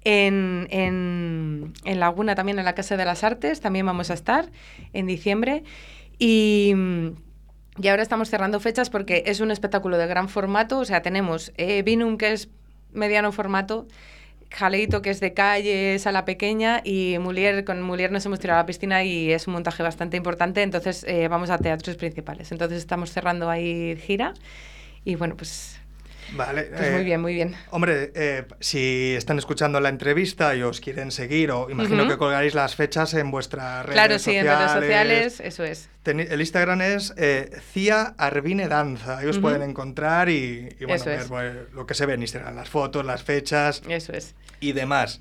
En Laguna también, en la Casa de las Artes, también vamos a estar en diciembre. Y ahora estamos cerrando fechas porque es un espectáculo de gran formato. O sea, tenemos Vinum, que es mediano formato, Jaleito, que es de calle, sala pequeña, y Mulier, con Mulier nos hemos tirado a la piscina y es un montaje bastante importante, entonces vamos a teatros principales. Entonces estamos cerrando ahí gira y bueno, pues... Vale. Pues muy bien, muy bien. Hombre, si están escuchando la entrevista y os quieren seguir, o imagino que colgaréis las fechas en vuestras redes claro, sociales. Claro, sí, en redes sociales, eso es. El Instagram es Cia Arvine Danza, ahí os pueden encontrar y bueno, ver lo que se ve en Instagram, las fotos, las fechas. Eso es. Y demás.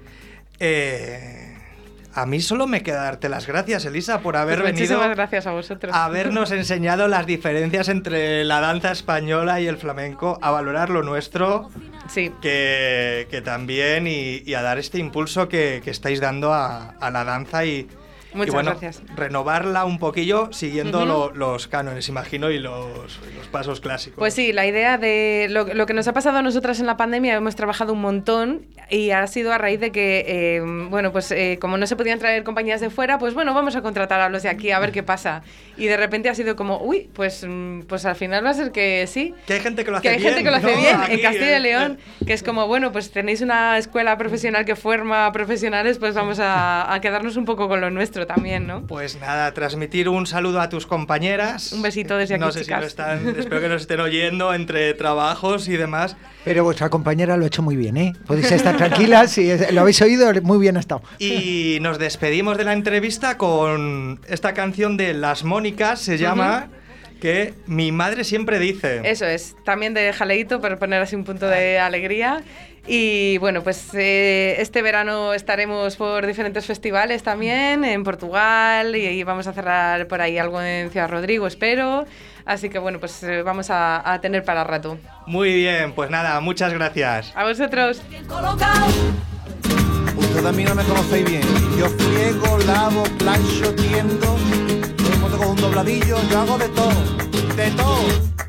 A mí solo me queda darte las gracias, Elisa, por haber pues venido. Muchísimas gracias a vosotros. A habernos enseñado las diferencias entre la danza española y el flamenco, a valorar lo nuestro, sí, que también, y a dar este impulso que estáis dando a la danza Muchas bueno, gracias. Renovarla un poquillo siguiendo los cánones, imagino, y los pasos clásicos. Pues sí, la idea de lo que nos ha pasado a nosotras en la pandemia, hemos trabajado un montón y ha sido a raíz de que, como no se podían traer compañías de fuera, pues bueno, vamos a contratar a los de aquí a ver qué pasa. Y de repente ha sido como, pues al final va a ser que sí. Que hay gente que lo hace bien. Que hay gente que lo hace bien Aquí, en Castilla y León, que es como, bueno, pues tenéis una escuela profesional que forma profesionales, pues vamos a quedarnos un poco con lo nuestro también, ¿no? Pues nada, transmitir un saludo a tus compañeras. Un besito desde aquí, no sé chicas. Si espero que nos estén oyendo entre trabajos y demás. Pero vuestra compañera lo ha hecho muy bien, ¿eh? Podéis estar tranquilas, si lo habéis oído, muy bien ha estado. Y nos despedimos de la entrevista con esta canción de Las Mónicas, se llama... que mi madre siempre dice. Eso es, también de Jaleito, para poner así un punto de alegría. Y bueno, pues este verano estaremos por diferentes festivales también, en Portugal, y vamos a cerrar por ahí algo en Ciudad Rodrigo, espero. Así que bueno, pues vamos a tener para rato. Muy bien, pues nada, muchas gracias. A vosotros. Ustedes a mí no me conocéis bien. Yo friego, lavo, plancho, tiendo. Con un dobladillo, yo hago de todo, de todo.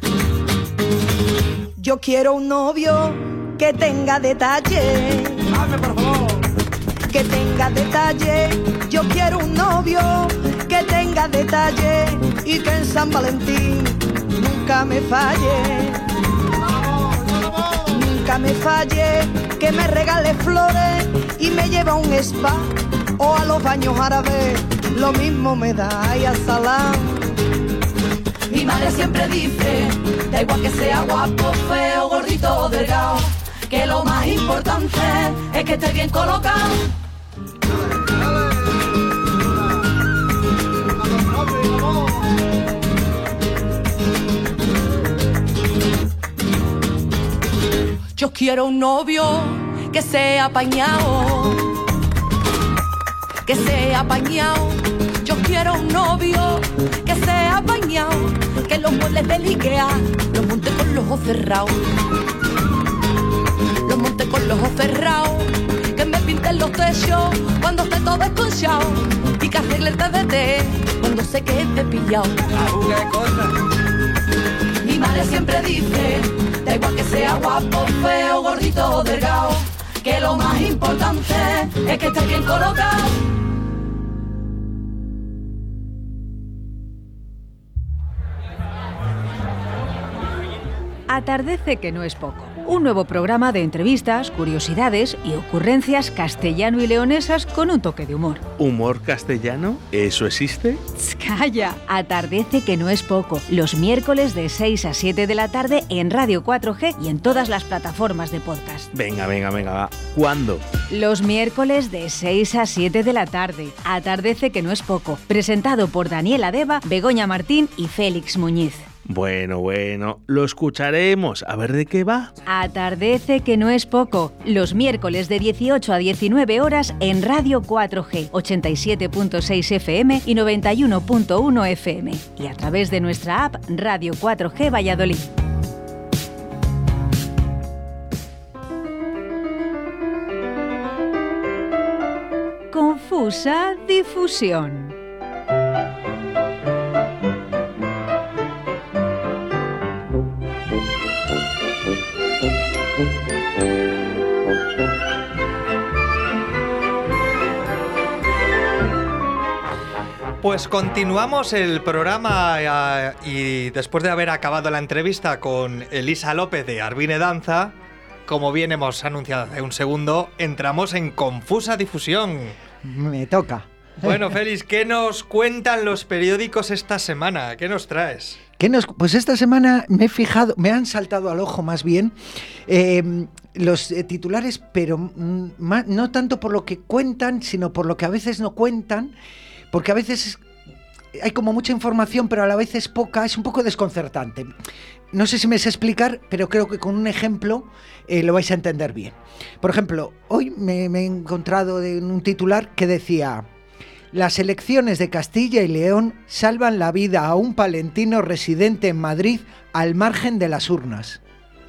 Yo quiero un novio que tenga detalle. Dame, por favor. Que tenga detalle. Yo quiero un novio que tenga detalle y que en San Valentín nunca me falle. Nunca me falle, que me regale flores y me lleve a un spa o a los baños árabes. Lo mismo me da y a Salam. Mi madre siempre dice, da igual que sea guapo, feo, gordito o delgado, que lo más importante es que esté bien colocado. Yo quiero un novio que sea apañado, que sea apañado. Yo quiero un novio que sea apañado, que los muebles del Ikea los monte con los ojos cerrados, los monte con los ojos cerrados, que me pinten los techos cuando esté todo esconchado y que arregle el TDT cuando se quede pillado. Mi madre siempre dice, da igual que sea guapo, feo, gordito o delgado, que lo más importante es que esté bien colocado. Atardece que no es poco. Un nuevo programa de entrevistas, curiosidades y ocurrencias castellano y leonesas con un toque de humor. ¿Humor castellano? ¿Eso existe? ¡Tss, calla! Atardece que no es poco. Los miércoles de 6 a 7 de la tarde en Radio 4G y en todas las plataformas de podcast. Venga, va. ¿Cuándo? Los miércoles de 6 a 7 de la tarde. Atardece que no es poco. Presentado por Daniela Deva, Begoña Martín y Félix Muñiz. Bueno, lo escucharemos. A ver de qué va. Atardece que no es poco. Los miércoles de 18 a 19 horas en Radio 4G, 87.6 FM y 91.1 FM. Y a través de nuestra app Radio 4G Valladolid. Confusa difusión. Pues continuamos el programa y después de haber acabado la entrevista con Elisa López de Arvine Danza, como bien hemos anunciado hace un segundo, entramos en confusa difusión. Me toca. Bueno, Félix, ¿qué nos cuentan los periódicos esta semana? ¿Qué nos traes? Pues esta semana me he fijado, me han saltado al ojo más bien los titulares, pero no tanto por lo que cuentan, sino por lo que a veces no cuentan, porque a veces hay como mucha información, pero a la vez es poca, es un poco desconcertante. No sé si me sé explicar, pero creo que con un ejemplo lo vais a entender bien. Por ejemplo, hoy me he encontrado en un titular que decía: las elecciones de Castilla y León salvan la vida a un palentino residente en Madrid al margen de las urnas.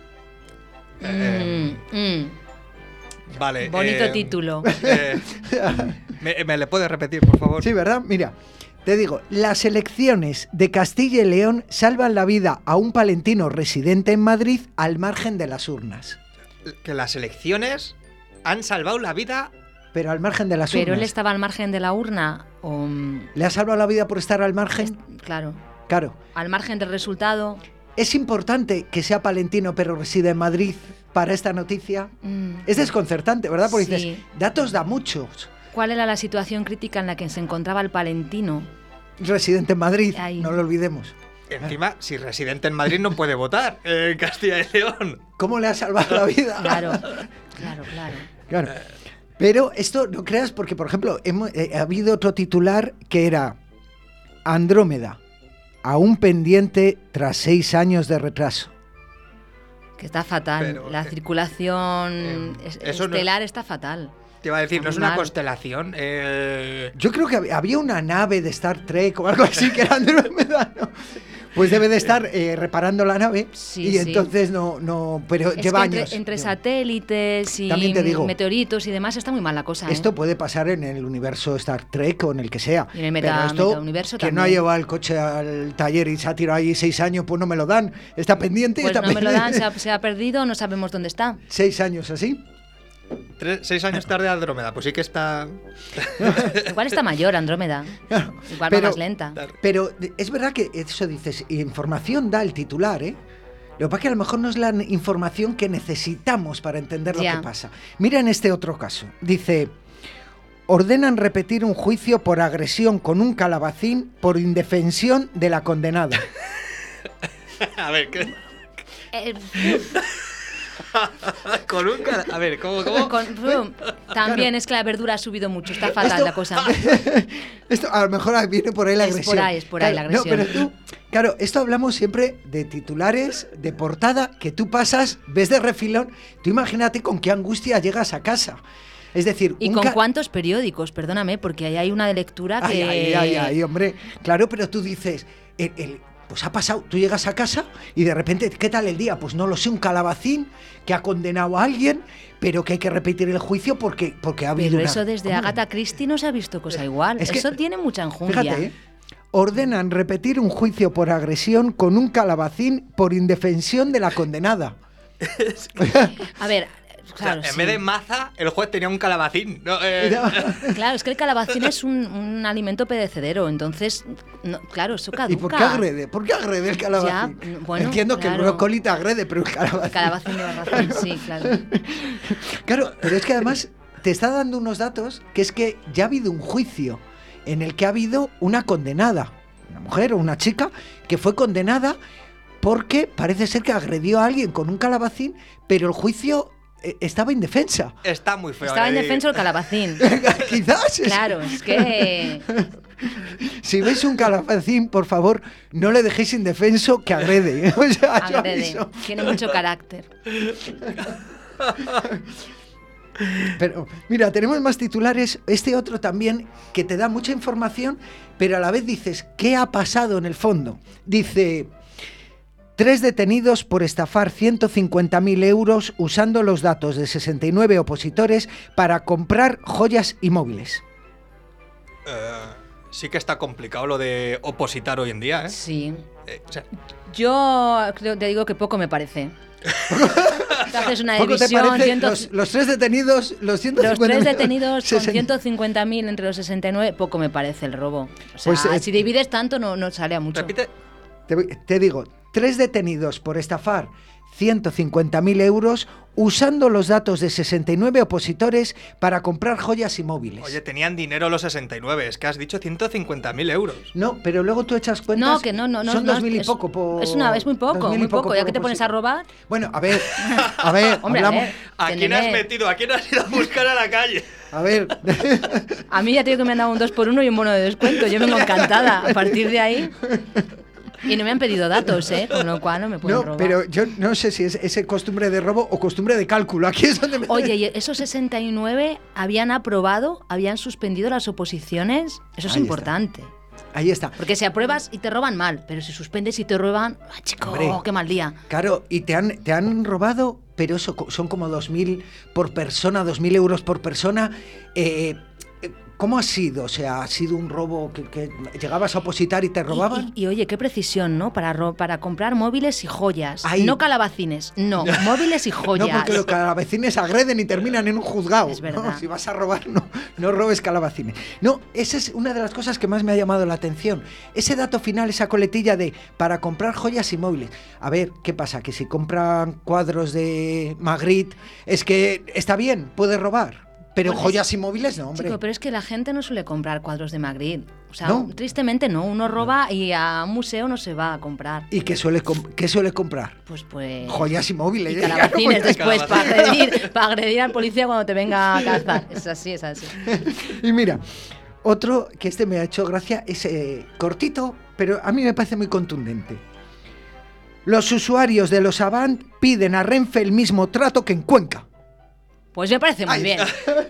Vale. Bonito título. ¿Me le puedes repetir, por favor? Sí, ¿verdad? Mira, te digo, las elecciones de Castilla y León salvan la vida a un palentino residente en Madrid al margen de las urnas. Que las elecciones han salvado la vida... Pero al margen de las urnas. ¿Pero él estaba al margen de la urna? O... ¿Le ha salvado la vida por estar al margen? Claro. Claro. Al margen del resultado. ¿Es importante que sea palentino pero reside en Madrid para esta noticia? Es desconcertante, ¿verdad? Porque sí. Dices, datos da muchos. ¿Cuál era la situación crítica en la que se encontraba el palentino? Residente en Madrid, Ahí. no lo olvidemos. Encima, si residente en Madrid no puede votar en Castilla y León. ¿Cómo le ha salvado la vida? Claro. Pero esto no creas porque, por ejemplo, ha habido otro titular que era Andrómeda, aún pendiente tras 6 años de retraso. Que está fatal. Pero, la circulación estelar está fatal. Te iba a decir, Está ¿no es muy una mal. constelación? Yo creo que había una nave de Star Trek o algo así que era Andrómeda, ¿no? Pues debe de estar reparando la nave y entonces no, pero es lleva que años. Entre satélites y También te digo, meteoritos y demás está muy mal la cosa. Esto puede pasar en el universo Star Trek o en el que sea. Y en el pero esto, metauniverso que también. no ha llevado el coche al taller y se ha tirado ahí 6 años, pues no me lo dan. Está pendiente y Pues está no me lo pendiente. dan, se ha perdido, no sabemos dónde está. 6 años así. 6 años tarde Andrómeda, pues sí que está... Igual está mayor Andrómeda. Igual va más lenta. Pero es verdad que eso dices, información da el titular, ¿eh? Lo que pasa es que a lo mejor no es la información que necesitamos para entender lo que pasa. Mira en este otro caso. Dice, ordenan repetir un juicio por agresión con un calabacín por indefensión de la condenada. A ver, ¿qué? Con un a ver, ¿cómo? También es que la verdura ha subido mucho, está fatal la cosa. Esto a lo mejor viene por ahí la agresión. Es por ahí la agresión. No, pero tú, claro, esto hablamos siempre de titulares, de portada, que tú pasas, ves de refilón. Tú imagínate con qué angustia llegas a casa. Es decir, ¿Y con cuántos periódicos? Perdóname, porque ahí hay una de lectura que... Ay, hombre. Claro, pero tú dices... Pues ha pasado, tú llegas a casa y de repente, ¿qué tal el día? Pues no lo sé, un calabacín que ha condenado a alguien, pero que hay que repetir el juicio porque ha habido Pero eso desde Agatha Christie no se ha visto cosa igual. Eso tiene mucha enjundia. Fíjate, ordenan repetir un juicio por agresión con un calabacín por indefensión de la condenada. A ver... Claro, en vez de maza, el juez tenía un calabacín. ¿No? Claro, es que el calabacín es un alimento perecedero, entonces, claro, eso caduca. ¿Y por qué agrede? ¿Por qué agrede el calabacín? Ya, bueno, entiendo que el brócoli te agrede, pero el calabacín... El calabacín lleva razón, sí, claro. Claro, pero es que además te está dando unos datos que es que ya ha habido un juicio en el que ha habido una condenada, una mujer o una chica, que fue condenada porque parece ser que agredió a alguien con un calabacín, pero el juicio... estaba indefensa. Está muy feo. Estaba indefenso el calabacín. Quizás. Claro, es que... Si veis un calabacín, por favor, no le dejéis indefenso que agrede. O sea, agrede. Tiene mucho carácter. Pero, mira, tenemos más titulares. Este otro también, que te da mucha información, pero a la vez dices, ¿qué ha pasado en el fondo? Dice... 3 detenidos por estafar 150.000 euros usando los datos de 69 opositores para comprar joyas y móviles. Sí que está complicado lo de opositar hoy en día, ¿eh? Sí. O sea, yo te digo que poco me parece. Te haces una ¿Poco te división. parece? Los 3 detenidos, los 150.000. Los 3 detenidos con 60. 150.000 entre los 69, poco me parece el robo. O sea, Pues, si divides tanto no sale a mucho. Repite. Te digo, 3 detenidos por estafar 150.000 euros usando los datos de 69 opositores para comprar joyas y móviles. Oye, tenían dinero los 69, es que has dicho 150.000 euros. No, pero luego tú echas cuentas. No, que no. Son 2.000 y poco por. Es muy poco, 2.000 y muy poco. Ya por que te pones a robar. Bueno, a ver, Hombre, hablamos. ¿A quién has metido? ¿A quién has ido a buscar a la calle? A ver. A mí ya te digo que me han dado un 2x1 y un bono de descuento. Yo vengo encantada. A partir de ahí. Y no me han pedido datos, con lo cual no me pueden robar. Pero yo no sé si es costumbre de robo o costumbre de cálculo. Aquí es donde me... Oye, ¿y esos 69 habían suspendido las oposiciones? Eso es Ahí importante. Ahí está. Porque si apruebas y te roban mal, pero si suspendes y te roban, chico, Hombre, qué mal día. Claro, y te han robado, pero eso son como 2.000 por persona, 2.000 euros por persona. ¿Cómo ha sido? O sea, ¿ha sido un robo que llegabas a opositar y te robaban? Y oye, qué precisión, ¿no? Para comprar móviles y joyas. Ay. No calabacines, no, móviles y joyas. No, porque los calabacines agreden y terminan en un juzgado. Es verdad. No, si vas a robar, no robes calabacines. No, esa es una de las cosas que más me ha llamado la atención. Ese dato final, esa coletilla de para comprar joyas y móviles. A ver, ¿qué pasa? Que si compran cuadros de Magritte, es que está bien, puede robar. Pero Bueno, joyas y móviles no, hombre. Chico, pero es que la gente no suele comprar cuadros de Magritte. O sea, ¿No? tristemente no. Uno roba y a un museo no se va a comprar. ¿Y qué suele comprar? Pues joyas y móviles. Y calabacines después Calabacines. para agredir al policía cuando te venga a cazar. Es así. Y mira, otro que me ha hecho gracia es cortito, pero a mí me parece muy contundente. Los usuarios de los Avant piden a Renfe el mismo trato que en Cuenca. Pues me parece muy bien.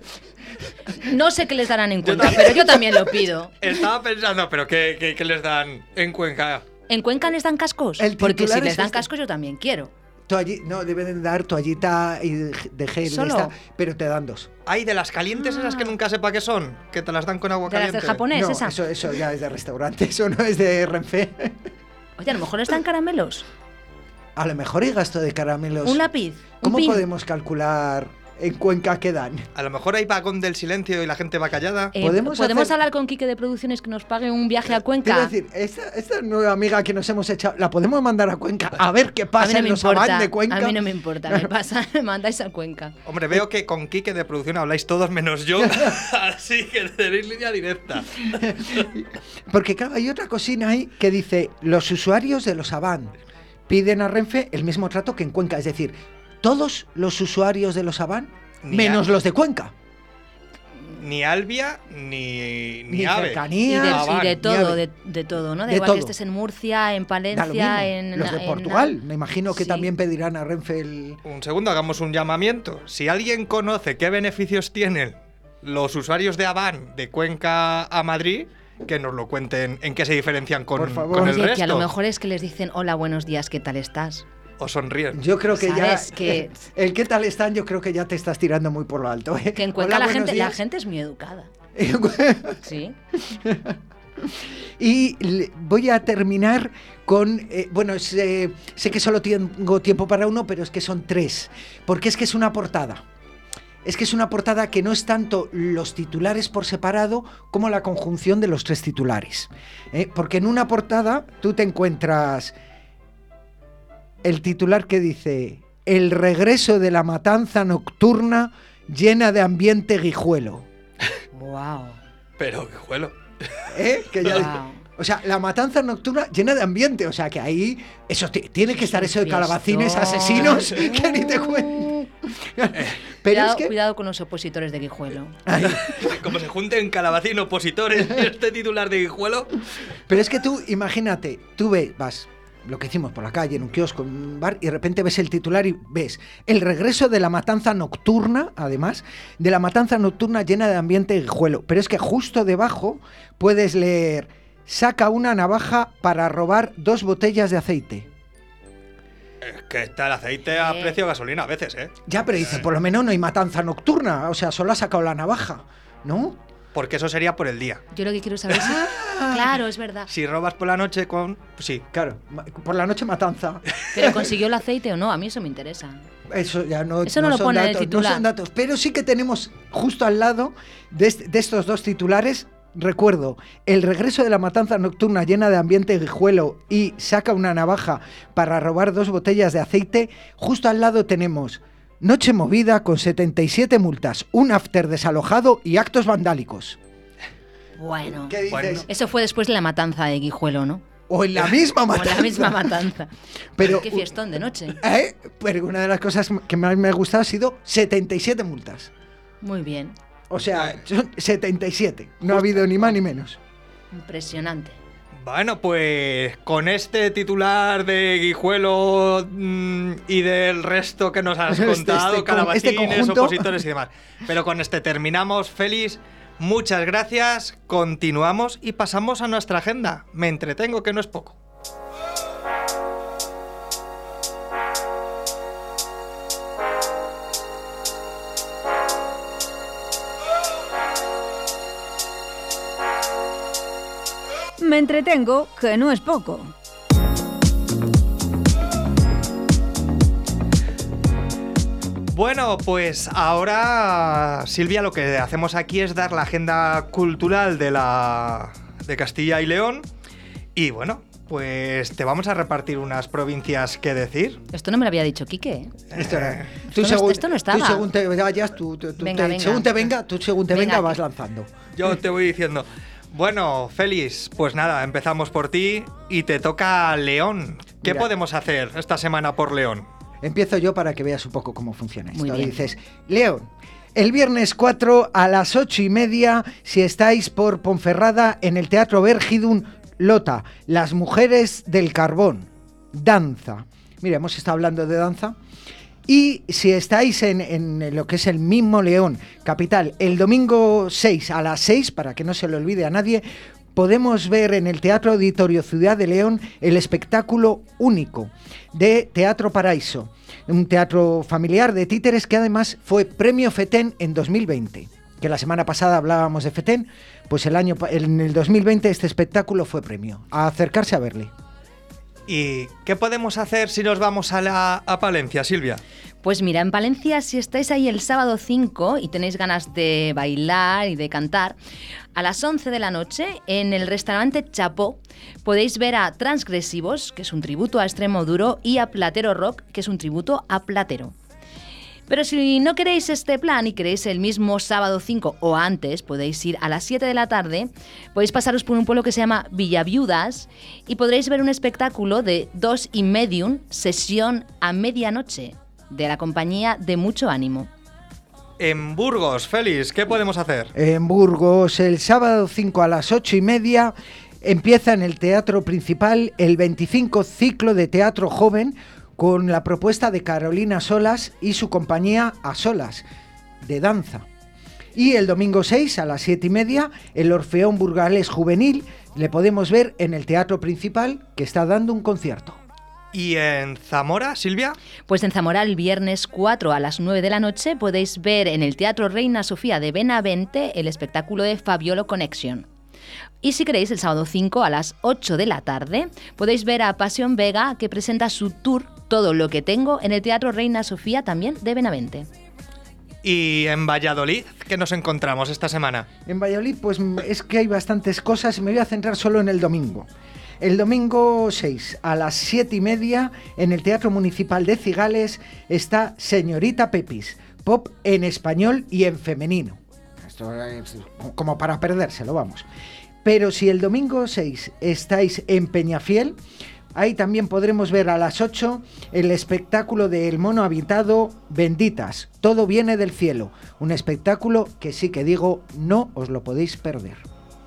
No sé qué les darán en Cuenca, pero yo también lo pido. Estaba pensando, ¿pero qué les dan en Cuenca? ¿En Cuenca les dan cascos? Porque si les dan cascos yo también quiero. No, deben dar toallita de gel, ¿Solo? pero te dan 2. Hay de las calientes esas que nunca sepa qué son, que te las dan con agua caliente. ¿De las de japonés, no, esa? Eso ya es de restaurante, eso no es de Renfe. Oye, a lo mejor les dan caramelos. A lo mejor hay gasto de caramelos. Un lápiz. ¿Cómo un pin. podemos calcular en Cuenca qué dan? A lo mejor hay vagón del silencio y la gente va callada. ¿Podemos hablar con Quique de Producciones que nos pague un viaje a Cuenca? Quiero decir, esta nueva amiga que nos hemos echado, la podemos mandar a Cuenca a ver qué pasa en los Avant de Cuenca. A mí no me importa, me mandáis a Cuenca. Hombre, veo que con Quique de Producción habláis todos menos yo, así que tenéis línea directa. Porque claro, hay otra cocina ahí que dice, los usuarios de los Avant piden a Renfe el mismo trato que en Cuenca, es decir, todos los usuarios de los Avant, menos los de Cuenca. Ni Albia, ni AVE. Cercanía. Y de todo, ¿no? Da igual que estés en Murcia, en Palencia, en... Los de Portugal, me imagino que también pedirán a Renfe el... Un segundo, hagamos un llamamiento. Si alguien conoce qué beneficios tienen los usuarios de Avant de Cuenca a Madrid, que nos lo cuenten en qué se diferencian con el resto. Que a lo mejor es que les dicen, hola, buenos días, ¿qué tal estás? O sonríen. Yo creo que ¿sabes? ya... Que... El qué tal están, yo creo que ya te estás tirando muy por lo alto. Que en Cuenca la gente es muy educada. Sí. Y voy a terminar con... sé que solo tengo tiempo para uno, pero es que son 3. Porque es que es una portada. Es que es una portada que no es tanto los titulares por separado como la conjunción de los 3 titulares. Porque en una portada tú te encuentras el titular que dice: el regreso de la matanza nocturna llena de ambiente guijuelo. ¡Wow! Pero guijuelo. Que ya o sea, la matanza nocturna llena de ambiente. O sea, que ahí eso tiene que estar eso de calabacines asesinos que ni te cuento. Pero cuidado con los opositores de Guijuelo. Como se junten calabacín opositores y este titular de Guijuelo. Pero es que tú, imagínate, tú vas lo que hicimos por la calle, en un kiosco, en un bar, y de repente ves el titular y ves el regreso de la matanza nocturna, además, de la matanza nocturna llena de ambiente guijuelo. Pero es que justo debajo puedes leer: saca una navaja para robar 2 botellas de aceite. Es que está el aceite a precio de gasolina a veces, ¿eh? Ya, pero dice, por lo menos no hay matanza nocturna. O sea, solo ha sacado la navaja, ¿no? Porque eso sería por el día. Yo lo que quiero saber es Claro, es verdad. Si robas por la noche con... Pues sí. Claro, por la noche matanza. ¿Pero consiguió el aceite o no? A mí eso me interesa. Eso ya no, eso no lo son pone en datos, el titular. No son datos, pero sí que tenemos justo al lado de estos dos titulares. Recuerdo, el regreso de la matanza nocturna llena de ambiente guijuelo y saca una navaja para robar 2 botellas de aceite. Justo al lado tenemos noche movida con 77 multas, un after desalojado y actos vandálicos. Bueno, ¿Qué dices? Eso fue después de la matanza de Guijuelo, ¿no? O en la misma matanza. O en la misma matanza. Pero, qué fiestón de noche. Pero una de las cosas que más me ha gustado ha sido 77 multas. Muy bien. O sea, son 77. No ha habido ni más ni menos. Impresionante. Bueno, pues con este titular de Guijuelo y del resto que nos has contado, calabacines, opositores y demás. Pero con este terminamos. Félix, muchas gracias. Continuamos y pasamos a nuestra agenda. Me entretengo, que no es poco. Me entretengo, que no es poco. Bueno, pues ahora, Silvia, lo que hacemos aquí es dar la agenda cultural de Castilla y León. Y bueno, pues te vamos a repartir unas provincias que decir. Esto no me lo había dicho Quique, ¿eh? Esto no estaba. Tú según te vayas, según te venga, vas lanzando. Yo te voy diciendo. Bueno, Félix, pues nada, empezamos por ti y te toca León. ¿Qué podemos hacer esta semana por León? Empiezo yo para que veas un poco cómo funciona esto. Muy bien. Dices, León, el viernes 4 a las 8:30, si estáis por Ponferrada, en el Teatro Vergidun, Lota, Las Mujeres del Carbón, danza. Mira, hemos estado hablando de danza. Y si estáis en lo que es el mismo León, capital, el domingo 6 a las 6, para que no se le olvide a nadie, podemos ver en el Teatro Auditorio Ciudad de León el espectáculo único de Teatro Paraíso, un teatro familiar de títeres que además fue premio FETEN en 2020. Que la semana pasada hablábamos de FETEN, pues en el 2020 este espectáculo fue premio. A acercarse a verle. ¿Y qué podemos hacer si nos vamos a Palencia, Silvia? Pues mira, en Palencia, si estáis ahí el sábado 5 y tenéis ganas de bailar y de cantar, a las 11 de la noche, en el restaurante Chapó, podéis ver a Transgresivos, que es un tributo a Extremo Duro, y a Platero Rock, que es un tributo a Platero. Pero si no queréis este plan y queréis el mismo sábado 5 o antes, podéis ir a las 7 de la tarde, podéis pasaros por un pueblo que se llama Villaviudas y podréis ver un espectáculo de 2 y medium, sesión a medianoche, de la compañía de Mucho Ánimo. En Burgos, Félix, ¿qué podemos hacer? En Burgos, el sábado 5 a las 8:30, empieza en el Teatro Principal el 25 ciclo de teatro joven, con la propuesta de Carolina Solas y su compañía A Solas, de danza. Y el domingo 6 a las 7:30, el Orfeón Burgalés Juvenil le podemos ver en el Teatro Principal, que está dando un concierto. ¿Y en Zamora, Silvia? Pues en Zamora, el viernes 4 a las 9 de la noche, podéis ver en el Teatro Reina Sofía de Benavente el espectáculo de Fabiolo Connection. Y si queréis, el sábado 5 a las 8 de la tarde, podéis ver a Pasión Vega, que presenta su tour Todo lo que tengo en el Teatro Reina Sofía, también de Benavente. ¿Y en Valladolid, qué nos encontramos esta semana? En Valladolid, pues es que hay bastantes cosas, me voy a centrar solo en el domingo. El domingo 6 a las 7:30, en el Teatro Municipal de Cigales, está Señorita Pepis, pop en español y en femenino. Esto es como para perdérselo, vamos. Pero si el domingo 6 estáis en Peñafiel, ahí también podremos ver a las 8 el espectáculo de El Mono Habitado, Benditas, todo viene del cielo. Un espectáculo que sí que digo, no os lo podéis perder.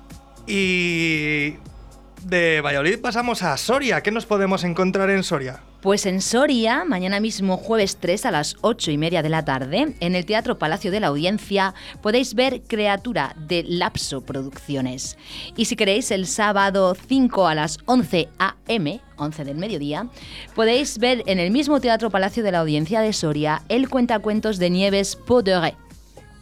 Y de Valladolid pasamos a Soria. ¿Qué nos podemos encontrar en Soria? Pues en Soria, mañana mismo jueves 3 a las 8:30 de la tarde, en el Teatro Palacio de la Audiencia, podéis ver Criatura de Lapso Producciones. Y si queréis, el sábado 5 a las 11 a.m., 11 del mediodía, podéis ver en el mismo Teatro Palacio de la Audiencia de Soria el cuentacuentos de Nieves Poderet.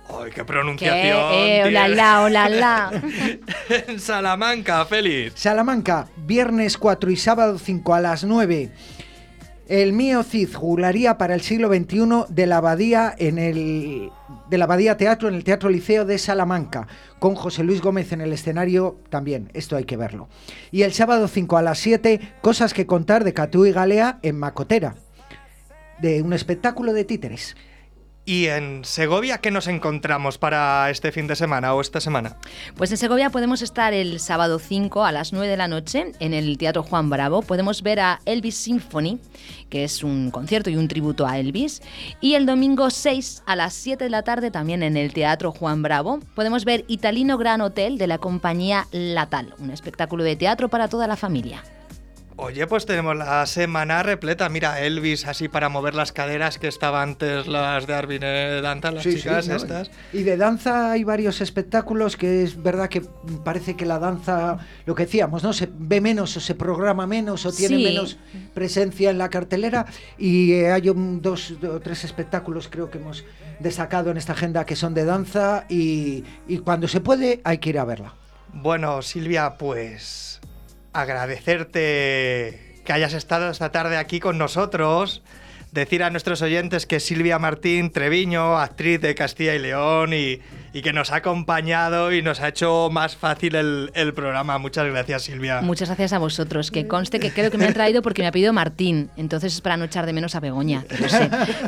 ¡Ay, qué pronunciación! Hola. En Salamanca, Félix. Salamanca, viernes 4 y sábado 5 a las 9. El Mío Cid, juglaría para el siglo XXI de la Abadía de la Abadía Teatro en el Teatro Liceo de Salamanca, con José Luis Gómez en el escenario también. Esto hay que verlo. Y el sábado 5 a las 7, Cosas que contar de Catú y Galea en Macotera, de un espectáculo de títeres. ¿Y en Segovia qué nos encontramos para este fin de semana o esta semana? Pues en Segovia podemos estar el sábado 5 a las 9 de la noche en el Teatro Juan Bravo. Podemos ver a Elvis Symphony, que es un concierto y un tributo a Elvis. Y el domingo 6 a las 7 de la tarde también en el Teatro Juan Bravo podemos ver Italino Gran Hotel de la compañía Latal, un espectáculo de teatro para toda la familia. Oye, pues tenemos la semana repleta. Mira, Elvis, así para mover las caderas, que estaban antes las de Arvine Danza, las chicas ¿no? estas. Y de danza hay varios espectáculos que es verdad que parece que la danza, lo que decíamos, ¿no? Se ve menos o se programa menos o tiene menos presencia en la cartelera. Y hay 2 o 3 espectáculos creo que hemos destacado en esta agenda que son de danza y cuando se puede hay que ir a verla. Bueno, Silvia, pues agradecerte que hayas estado esta tarde aquí con nosotros, decir a nuestros oyentes que Silvia Martín Treviño, actriz de Castilla y León y que nos ha acompañado y nos ha hecho más fácil el programa. Muchas gracias, Silvia. Muchas gracias a vosotros, que conste que creo que me han traído porque me ha pedido Martín, entonces es para no echar de menos a Begoña, que lo sé.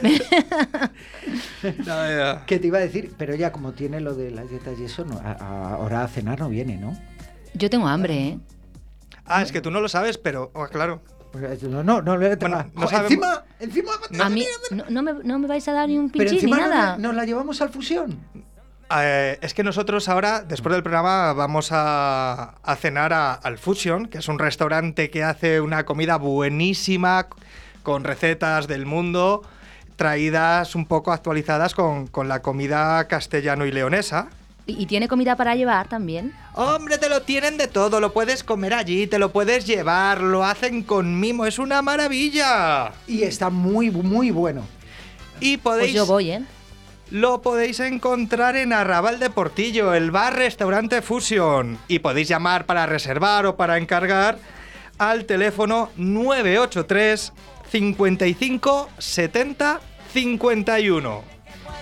¿Qué te iba a decir? Pero ya como tiene lo de las dietas y eso, ahora a cenar no viene, ¿no? Yo tengo hambre, ¿eh? Ah, es que tú no lo sabes, pero claro. No, bueno, encima a mí no me vais a dar ni un pinchín ni nada. ¿Nos la llevamos al Fusión? Es que nosotros ahora, después del programa, vamos a cenar al Fusion, que es un restaurante que hace una comida buenísima con recetas del mundo, traídas un poco actualizadas con la comida castellano y leonesa. ¿Y tiene comida para llevar también? Hombre, te lo tienen de todo, lo puedes comer allí, te lo puedes llevar, lo hacen con mimo, es una maravilla. Y está muy, muy bueno. Y podéis... Pues yo voy, ¿eh? Lo podéis encontrar en Arrabal de Portillo, el bar-restaurante Fusion. Y podéis llamar para reservar o para encargar al teléfono 983 55 70 51.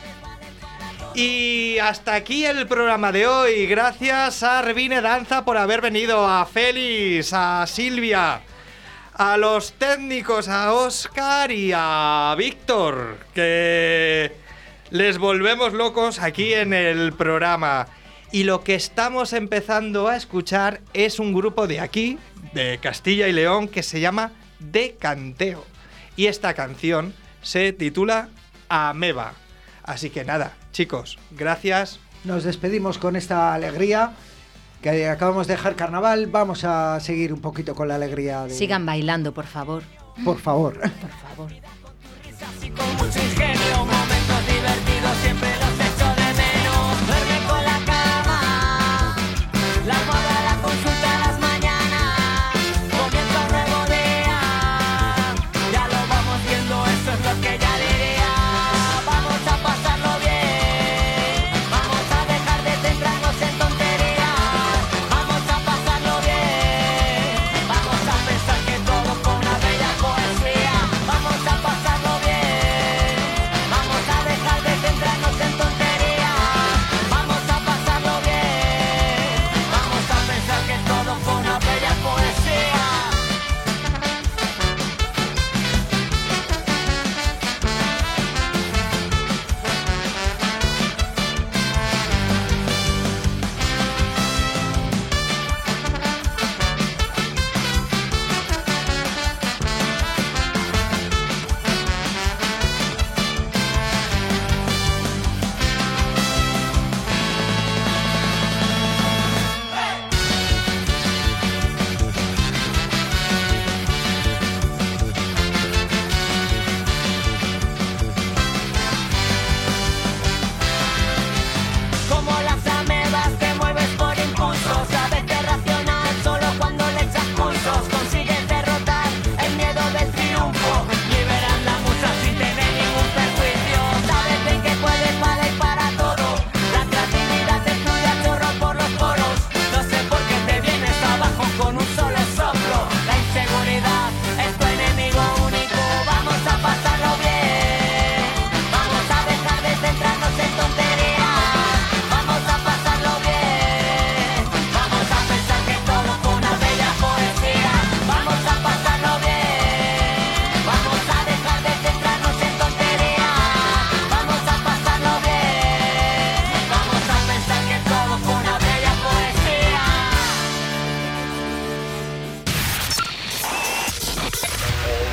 Y hasta aquí el programa de hoy. Gracias a Arvine Danza por haber venido, a Félix, a Silvia, a los técnicos, a Óscar y a Víctor, que les volvemos locos aquí en el programa. Y lo que estamos empezando a escuchar es un grupo de aquí, de Castilla y León, que se llama De Canteo. Y esta canción se titula Ameba. Así que nada, chicos, gracias. Nos despedimos con esta alegría que acabamos de dejar carnaval. Vamos a seguir un poquito con la alegría. Sigan bailando, por favor. Por favor. Por favor. Con mucho ingenio, momentos divertidos, siempre los echo de menos. Duerme con la cama, la almohada, la consulta a las mañanas. Comienza un nuevo día, ya lo vamos viendo, eso es lo que ya diría. Vamos a pasarlo bien, vamos a dejar de centrarnos en tonterías. Vamos a pasarlo bien, vamos a pensar que todo fue una bella poesía. Vamos a pasarlo bien, vamos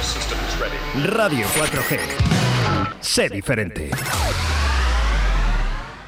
Radio 4G. Sé diferente.